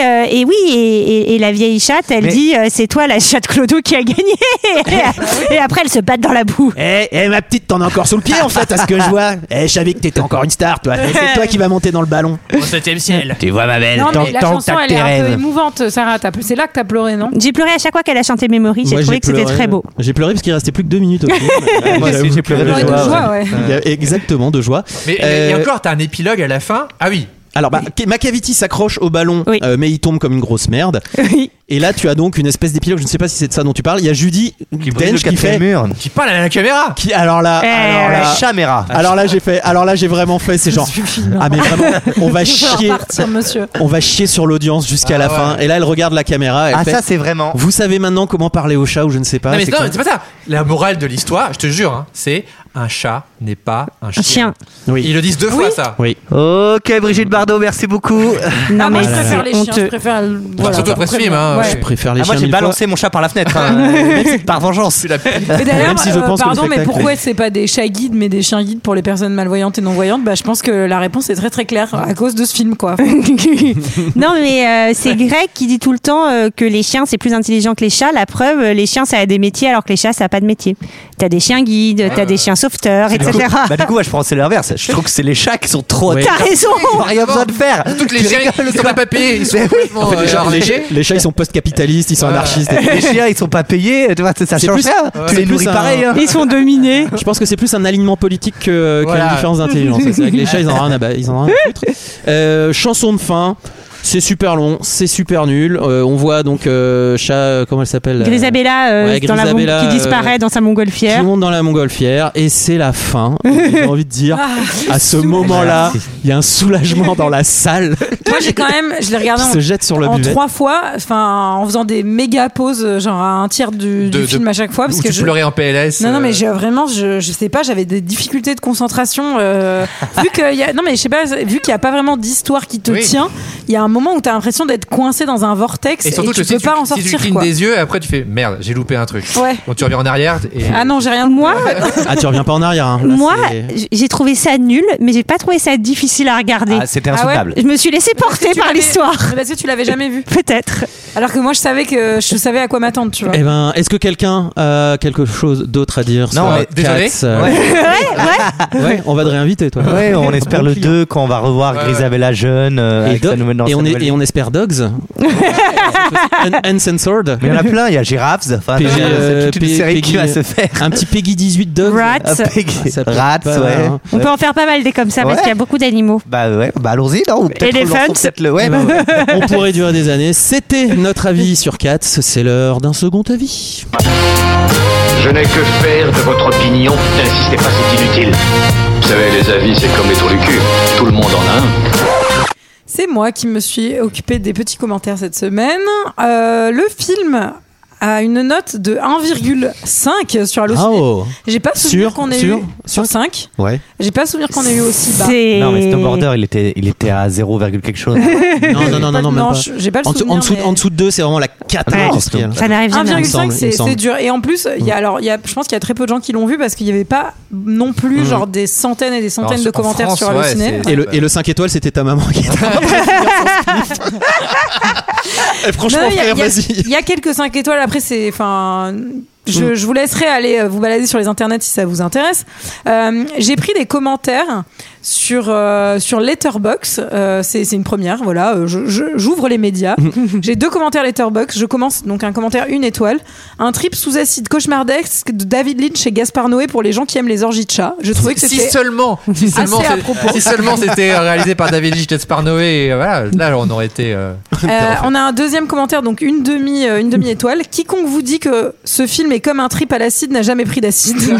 et la vieille chatte, elle dit c'est toi la chatte Clodo qui a gagné. Et après, elles se battent dans la boue. Ma petite, t'en as encore sous le pied en fait, à ce que je vois. Je savais que t'étais encore une star, toi. C'est toi qui vas monter dans le ballon. Au 7e ciel. Tu vois ma belle. Non, mais la chanson, elle est un peu émouvante, Sarah. C'est là que t'as pleuré, non? J'ai pleuré à chaque fois qu'elle a chanté Memory. J'ai trouvé que c'était très beau. J'ai pleuré parce qu'il restait plus que 2 minutes au film. Moi aussi, j'ai pleuré de joie. Exactement, de joie. Mais et encore, t'as un épilogue à la fin. Ah oui. Alors, Macavity s'accroche au ballon, mais il tombe comme une grosse merde. Oui. Et là, tu as donc une espèce d'épilogue. Je ne sais pas si c'est de ça dont tu parles. Il y a Judy Dench qui fait mur. Qui parle à la caméra. Alors là, j'ai vraiment fait. C'est genre, mais vraiment, on va chier. On va chier sur l'audience jusqu'à la fin. Et là, elle regarde la caméra. Elle fait, ça c'est vraiment. Vous savez maintenant comment parler au chat ou je ne sais pas. Non, mais c'est pas ça. La morale de l'histoire, je te jure, c'est un chat n'est pas un chien. Oui. Ils le disent 2 fois ça. Oui. Ok, Brigitte Bardot, merci beaucoup. Non mais je préfère les chiens. Je préfère. Surtout après ce film. Je préfère les chiens. Moi j'ai balancé mon chat par la fenêtre. Par vengeance. Mais d'ailleurs, pardon, mais pourquoi c'est pas des chats guides mais des chiens guides pour les personnes malvoyantes et non voyantes? Je pense que la réponse est très très claire à cause de ce film quoi. Non mais c'est Greg qui dit tout le temps que les chiens c'est plus intelligent que les chats. La preuve, les chiens ça a des métiers alors que les chats ça a pas de métier. T'as des chiens guides, t'as des chiens sauveteurs, etc. Du coup, je pense que c'est l'inverse. Je trouve que c'est les chats qui sont trop. T'as raison. Ils n'ont rien besoin de faire. Toutes les chiens, ils sont pas payés. Ils sont complètement les chats, ils sont post-capitalistes, ils sont anarchistes. Les chiens, ils sont pas payés. Tu vois, ça change rien. Tu les nourris pareil. Ils sont dominés. Je pense que c'est plus un alignement politique qu'une différence d'intelligence. C'est vrai que les chats, ils en ont rien à foutre. Chanson de fin. C'est super long, c'est super nul. On voit donc chat, comment elle s'appelle Grisabella, qui disparaît dans sa montgolfière. Qui monte dans la montgolfière et c'est la fin. J'ai envie de dire, à ce moment-là, il y a un soulagement dans la salle. Moi, je l'ai regardé se jette sur le en buvet. 3 fois, en faisant des méga pauses, genre à un tiers du film à chaque fois, parce que je pleurais en PLS. Non, mais je sais pas, j'avais des difficultés de concentration. Vu qu'il y a, non mais je sais pas, vu qu'il y a pas vraiment d'histoire qui te tient, il y a un moment où t'as l'impression d'être coincé dans un vortex et surtout tu que peux pas en sortir. Si tu clignes quoi. des yeux, après tu fais merde, j'ai loupé un truc. Ouais. Donc tu reviens en arrière. Et... Ah non, j'ai rien de moi. Ah, tu reviens pas en arrière. Hein. Là, moi, j'ai trouvé ça nul, mais j'ai pas trouvé ça difficile à regarder. Ah, c'était insoutenable. Je me suis laissé porter par l'histoire. Parce que tu l'avais jamais vu. Peut-être. Alors que moi, je savais à quoi m'attendre, tu vois. Eh ben, est-ce que quelqu'un a quelque chose d'autre à dire Non, sur mais Cats, désolé. Ouais, on va te réinventer, toi. Ouais, on espère le 2 quand on va revoir Grisabella jeune. Avec sa nouvelle, et on espère Dogs. Uncensored. Mais il y en a plein, il y a Giraffes. Enfin, c'est toute une série qui va se faire. Un petit Peggy 18 Dogs. Rats, ouais. On peut en faire pas mal des comme ça parce qu'il y a beaucoup d'animaux. Bah ouais, bah allons-y, non. Elephants. On pourrait durer des années. C'était notre avis sur Cats. C'est l'heure d'un second avis. Je n'ai que faire de votre opinion. N'insistez pas, c'est inutile. Vous savez, les avis, c'est comme les trous du cul. Tout le monde en a un. C'est moi qui me suis occupée des petits commentaires cette semaine. Le film a une note de 1,5 sur Allociné. Oh. J'ai pas souvenir qu'on ait eu sur 5. Ouais. J'ai pas souvenir qu'on ait eu aussi bas. Non, mais Snowboarder, il était à 0, quelque chose. Non, même pas. J'ai pas le souvenir. En dessous de 2, c'est vraiment la cata industrielle. Ça n'arrive jamais. 1,5 c'est dur. Et en plus, je pense qu'il y a très peu de gens qui l'ont vu parce qu'il y avait pas non plus genre des centaines et des centaines de commentaires sur Allociné. Et le 5 étoiles, c'était ta maman qui était. Franchement, frère, vas-y. Il y a quelques 5 étoiles. Après, je vous laisserai aller vous balader sur les internets si ça vous intéresse. J'ai pris des commentaires sur Letterboxd. C'est une première, voilà. J'ouvre les médias. J'ai 2 commentaires Letterboxd. Je commence donc un commentaire 1 étoile. Un trip sous acide cauchemardesque de David Lynch et Gaspard Noé pour les gens qui aiment les orgies de chats. Je trouvais que c'était si seulement c'était réalisé par David Lynch et Gaspard Noé. Et voilà, là on aurait été. On a un deuxième commentaire, donc une demi étoile. Quiconque vous dit que ce film est comme un trip à l'acide n'a jamais pris d'acide. C'est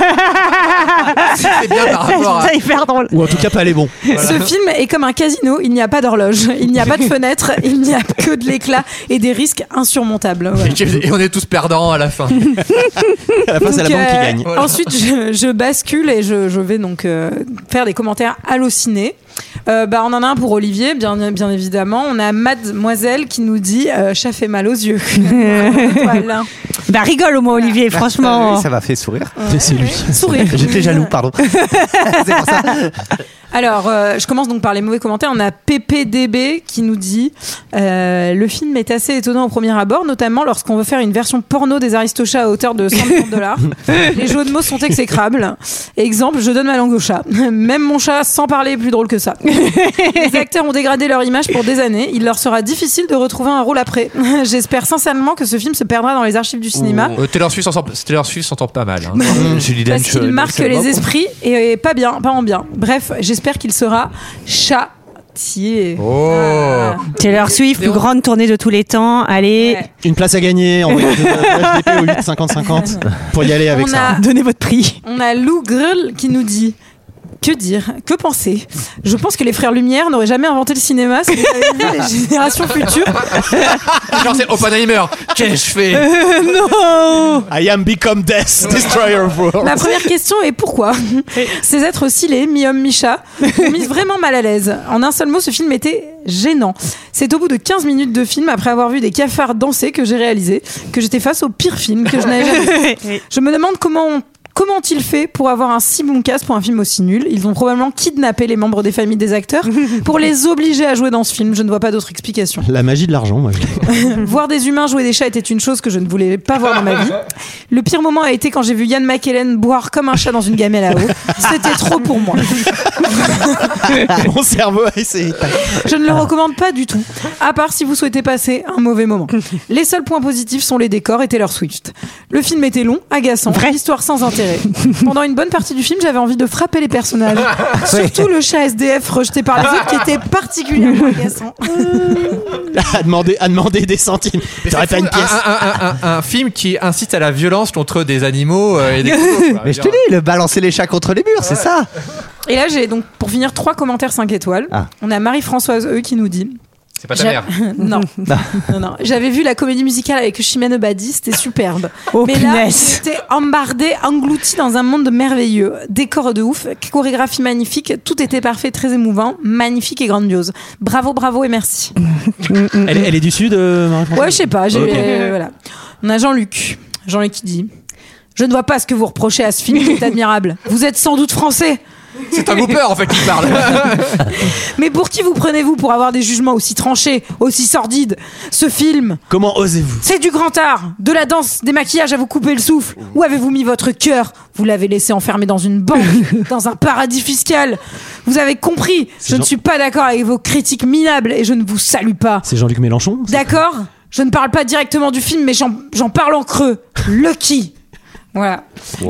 bien par rapport à. C'est hyper drôle. Ou en tout cas pas les bons. Voilà. Ce film est comme un casino, il n'y a pas d'horloge, il n'y a pas de fenêtre, il n'y a que de l'éclat et des risques insurmontables. Voilà. Et on est tous perdants à la fin. À la fin, c'est la banque qui gagne. Voilà. Ensuite, je bascule et je vais donc faire des commentaires hallucinés. On en a un pour Olivier, bien évidemment. On a Mademoiselle qui nous dit chat fait mal aux yeux. Voilà. Bah rigole au moins Olivier, franchement. Oui, ça m'a fait sourire. C'est lui. Sourire. J'étais jaloux, pardon. C'est pour ça. Alors, je commence donc par les mauvais commentaires. On a PPDB qui nous dit le film est assez étonnant au premier abord, notamment lorsqu'on veut faire une version porno des Aristochats à hauteur de $100 millions. Les jeux de mots sont exécrables. Exemple, je donne ma langue au chat. Même mon chat, sans parler, est plus drôle que ça. Les acteurs ont dégradé leur image pour des années. Il leur sera difficile de retrouver un rôle après. J'espère sincèrement que ce film se perdra dans les archives du cinéma. Taylor Swift s'entend pas mal. Hein. Parce qu'il marque les esprits et pas en bien. Bref, j'espère qu'il sera châtié. Oh. Taylor Swift, plus grande tournée de tous les temps. Allez. Ouais. Une place à gagner. Envoyez de HDP au 8 50-50 pour y aller avec ça. Donnez votre prix. On a Lou Grl qui nous dit que dire, que penser. Je pense que les frères Lumière n'auraient jamais inventé le cinéma si vous avez vu les générations futures. Genre c'est Oppenheimer. Qu'ai-je fait? Non. I am become death, destroyer of worlds. Ma première question est pourquoi ces êtres oscillés, mi-homme, mi-chat, m'ont mis vraiment mal à l'aise. En un seul mot, ce film était gênant. C'est au bout de 15 minutes de film, après avoir vu des cafards danser, que j'ai réalisé que j'étais face au pire film que je n'avais jamais vu. Je me demande comment ont-ils fait pour avoir un si bon cast pour un film aussi nul? Ils ont probablement kidnappé les membres des familles des acteurs pour les obliger à jouer dans ce film. Je ne vois pas d'autre explication. La magie de l'argent, moi. Voir des humains jouer des chats était une chose que je ne voulais pas voir dans ma vie. Le pire moment a été quand j'ai vu Ian McKellen boire comme un chat dans une gamelle à eau. C'était trop pour moi. Mon cerveau a essayé. Je ne le recommande pas du tout, à part si vous souhaitez passer un mauvais moment. Les seuls points positifs sont les décors et Taylor Swift. Le film était long, agaçant, l'histoire sans intérêt. Pendant une bonne partie du film, j'avais envie de frapper les personnages. Surtout le chat SDF rejeté par les autres qui était particulièrement agaçant. à demander des centimes. T'aurais pas une pièce. Un film qui incite à la violence contre des animaux et des coups, Mais je te dis, le balancer les chats contre les murs, c'est ça. Et là, j'ai donc, pour finir, 3 commentaires 5 étoiles. On a Marie-Françoise E qui nous dit C'est pas ta mère. Non. non. J'avais vu la comédie musicale avec Chimène Badi, c'était superbe. Mais punaise. là, j'étais embardée, engloutie dans un monde merveilleux. Décor de ouf, chorégraphie magnifique, tout était parfait, très émouvant, magnifique et grandiose. Bravo, bravo et merci. Elle est du Sud, Marie-Françoise ? Ouais, je sais pas. Voilà. On a Jean-Luc qui dit « Je ne vois pas ce que vous reprochez à ce film qui est admirable. Vous êtes sans doute français. » C'est un looper en fait qui parle. Mais pour qui vous prenez-vous pour avoir des jugements aussi tranchés, aussi sordides ? Ce film, comment osez-vous ? C'est du grand art, de la danse, des maquillages à vous couper le souffle. Où avez-vous mis votre cœur ? Vous l'avez laissé enfermé dans une banque, dans un paradis fiscal. Vous avez compris, je ne suis pas d'accord avec vos critiques minables et je ne vous salue pas. C'est Jean-Luc Mélenchon ? D'accord ? Je ne parle pas directement du film, mais j'en parle en creux. Lucky. Voilà. Wow. Et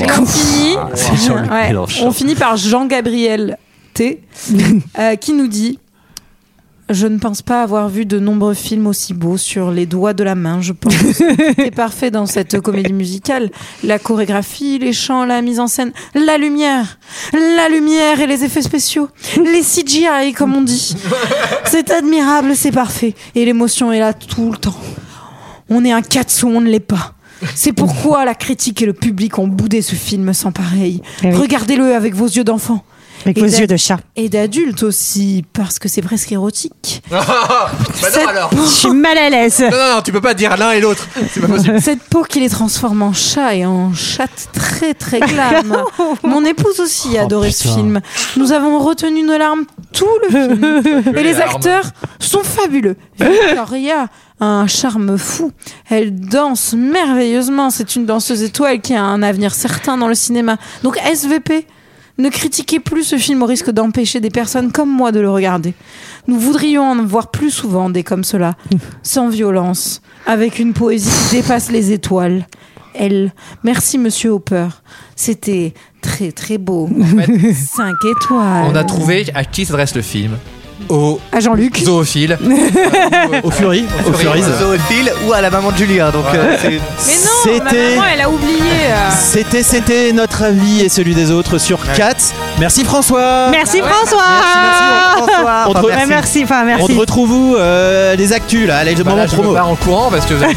on finit par Jean-Gabriel T qui nous dit « Je ne pense pas avoir vu de nombreux films aussi beaux sur les doigts de la main. Je pense que c'est parfait dans cette comédie musicale. La chorégraphie, les chants, la mise en scène, la lumière et les effets spéciaux, les CGI comme on dit. C'est admirable, c'est parfait. Et l'émotion est là tout le temps. On est un Cats ou on ne l'est pas. C'est pourquoi la critique et le public ont boudé ce film sans pareil. Oui. Regardez-le avec vos yeux d'enfant. Avec vos yeux de chat. Et d'adultes aussi, parce que c'est presque érotique. Bah non, alors. Je suis mal à l'aise. Non, tu peux pas dire l'un et l'autre. C'est pas possible. Cette peau qui les transforme en chat et en chatte très très glam. Mon épouse aussi a adoré ce film. Nous avons retenu nos larmes tout le film. Et les acteurs sont fabuleux. Victoria a un charme fou. Elle danse merveilleusement. C'est une danseuse étoile qui a un avenir certain dans le cinéma. Donc SVP, ne critiquez plus ce film au risque d'empêcher des personnes comme moi de le regarder. Nous voudrions en voir plus souvent des comme cela, sans violence, avec une poésie qui dépasse les étoiles. Merci Monsieur Hopper. C'était très très beau. En fait, 5 étoiles. On a trouvé à qui s'adresse le film. À Jean-Luc. Zoophile. Au Furies. Zoophile ou à la maman de Julien. Donc, Mais non, ma maman, elle a oublié. C'était notre avis et celui des autres sur Cats. Merci François. Merci François. Merci François. Merci. On te retrouve où les actus là, les moments promo. Je me barre en courant parce que vous avez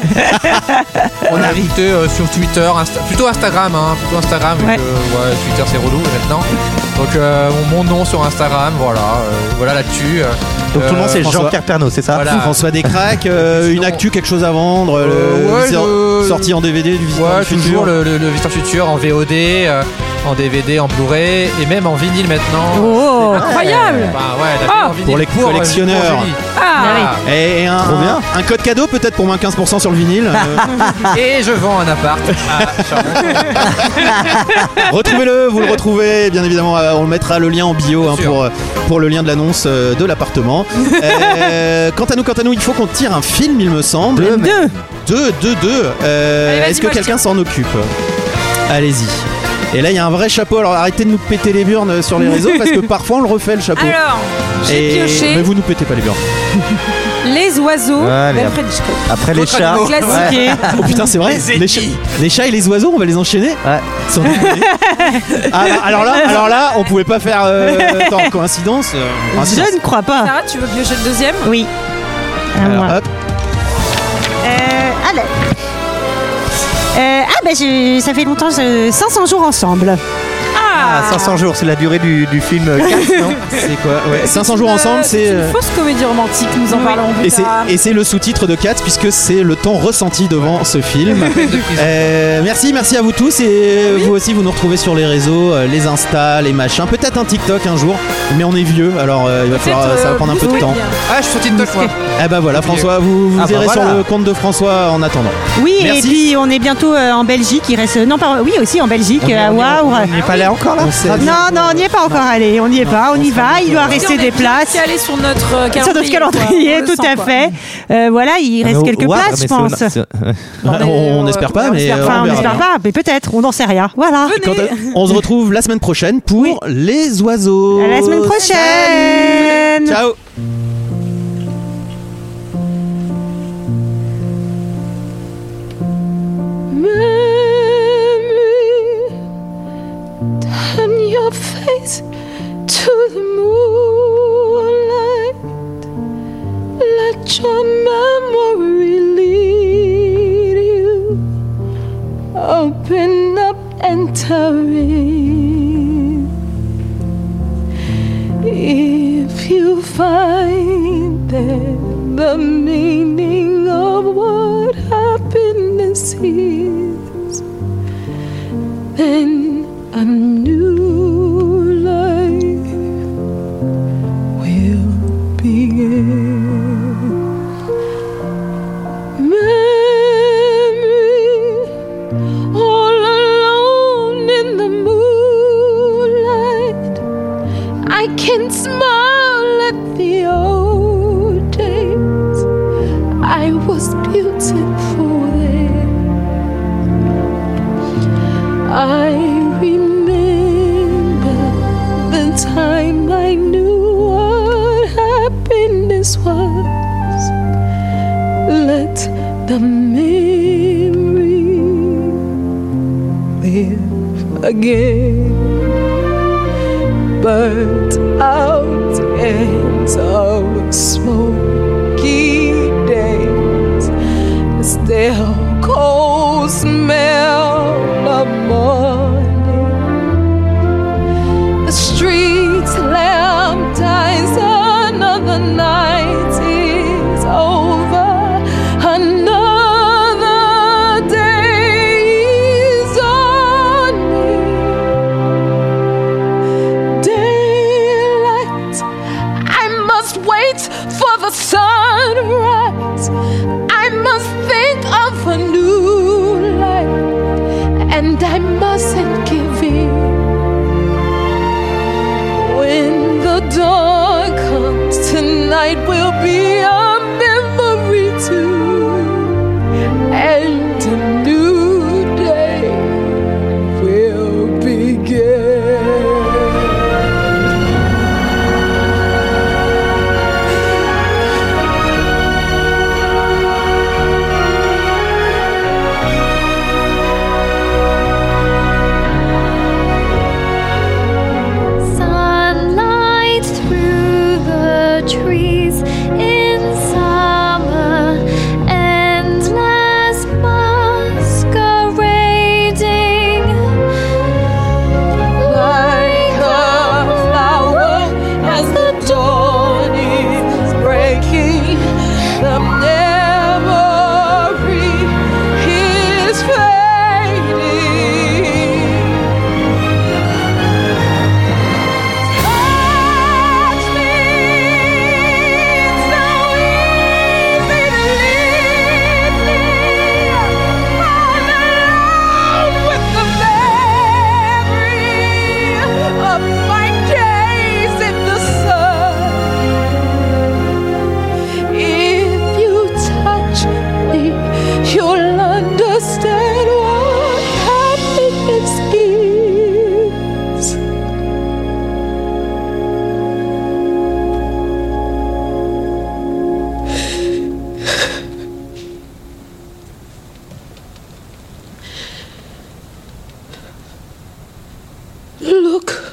on a invité sur Twitter, plutôt Instagram, plutôt Instagram. Ouais. Twitter c'est relou maintenant. Donc mon nom sur Instagram, voilà là-dessus. Donc tout le monde c'est Jean-Pierre Pernaut, c'est ça? Voilà. François Descraques, une actu, quelque chose à vendre, sortie en DVD du Visiteur du Futur. Toujours le Visiteur du Futur en VOD, en DVD, en Blu-ray et même en vinyle maintenant. Oh, incroyable! En vinyle pour les collectionneurs. Et un code cadeau peut-être pour moins 15% sur le vinyle. Et je vends un appart à Charmont. Retrouvez-le, vous le retrouvez bien évidemment. On le mettra le lien en bio pour le lien de l'annonce de l'appartement. Quant à nous, il faut qu'on tire un film, il me semble. Deux. Est-ce que quelqu'un s'en occupe? Allez-y. Et là, il y a un vrai chapeau. Alors arrêtez de nous péter les burnes sur les réseaux parce que parfois on le refait le chapeau. Alors, j'ai pioché. Mais vous nous pétez pas les burnes. Les oiseaux d'Alfred Hitchcock. Après les chats. Classique. Oh putain, c'est vrai. Les chats et les oiseaux, on va les enchaîner. Ouais. Sans déconner. Alors là, on pouvait pas faire. Coïncidence. Je ne crois pas. Sarah, tu veux piocher le deuxième? Oui. Alors, hop. Allez. Ça fait longtemps, 500 jours ensemble. 500 jours, c'est la durée du film 4, non? C'est quoi? 500 jours ensemble, c'est une fausse comédie romantique, nous en parlons plus tard. Et c'est le sous-titre de Cats puisque c'est le temps ressenti devant ce film. Merci à vous tous et vous aussi vous nous retrouvez sur les réseaux, les Insta, les machins, peut-être un TikTok un jour, mais on est vieux alors il va falloir, ça va prendre un peu de temps. Je suis sur TikTok moi. Voilà François, vous irez sur le compte de François en attendant. Oui, merci. Et puis on est bientôt en Belgique, il reste aussi en Belgique à Wavre. On n'est pas allé encore là? Non, on n'y est pas encore allé. On n'y est pas, on y va. Il doit rester des places. On est sur notre calendrier. Sur notre calendrier, tout à fait. Il reste quelques places, je pense. On n'espère pas, mais on n'espère pas, mais peut-être. On n'en sait rien. Voilà. On se retrouve la semaine prochaine pour les oiseaux. À la semaine prochaine. Ciao. Your face to the moonlight, If you find that the meaning of what happiness is, then a new life will begin. Memory, all alone in the moonlight, I can smile at the old days. I was beautiful then. I remember the time I knew what happiness was. Let the memory live again. Burnt out ends of smoky days, still cold smell of morning. The streets lamp dies, another night is over, another day is on me. Daylight, I must wait for the sunrise. I must think of a new life, and I mustn't give in. When the dawn comes, tonight will be a memory too, and a new day will begin. Sunlight through the trees in summer, endless masquerading. Like a flower as the dawn is breaking, the memory is fading. Touch me, it's so easy to leave me all alone with the memory of my days in the sun. If you touch me, you'll understand what happiness is. Look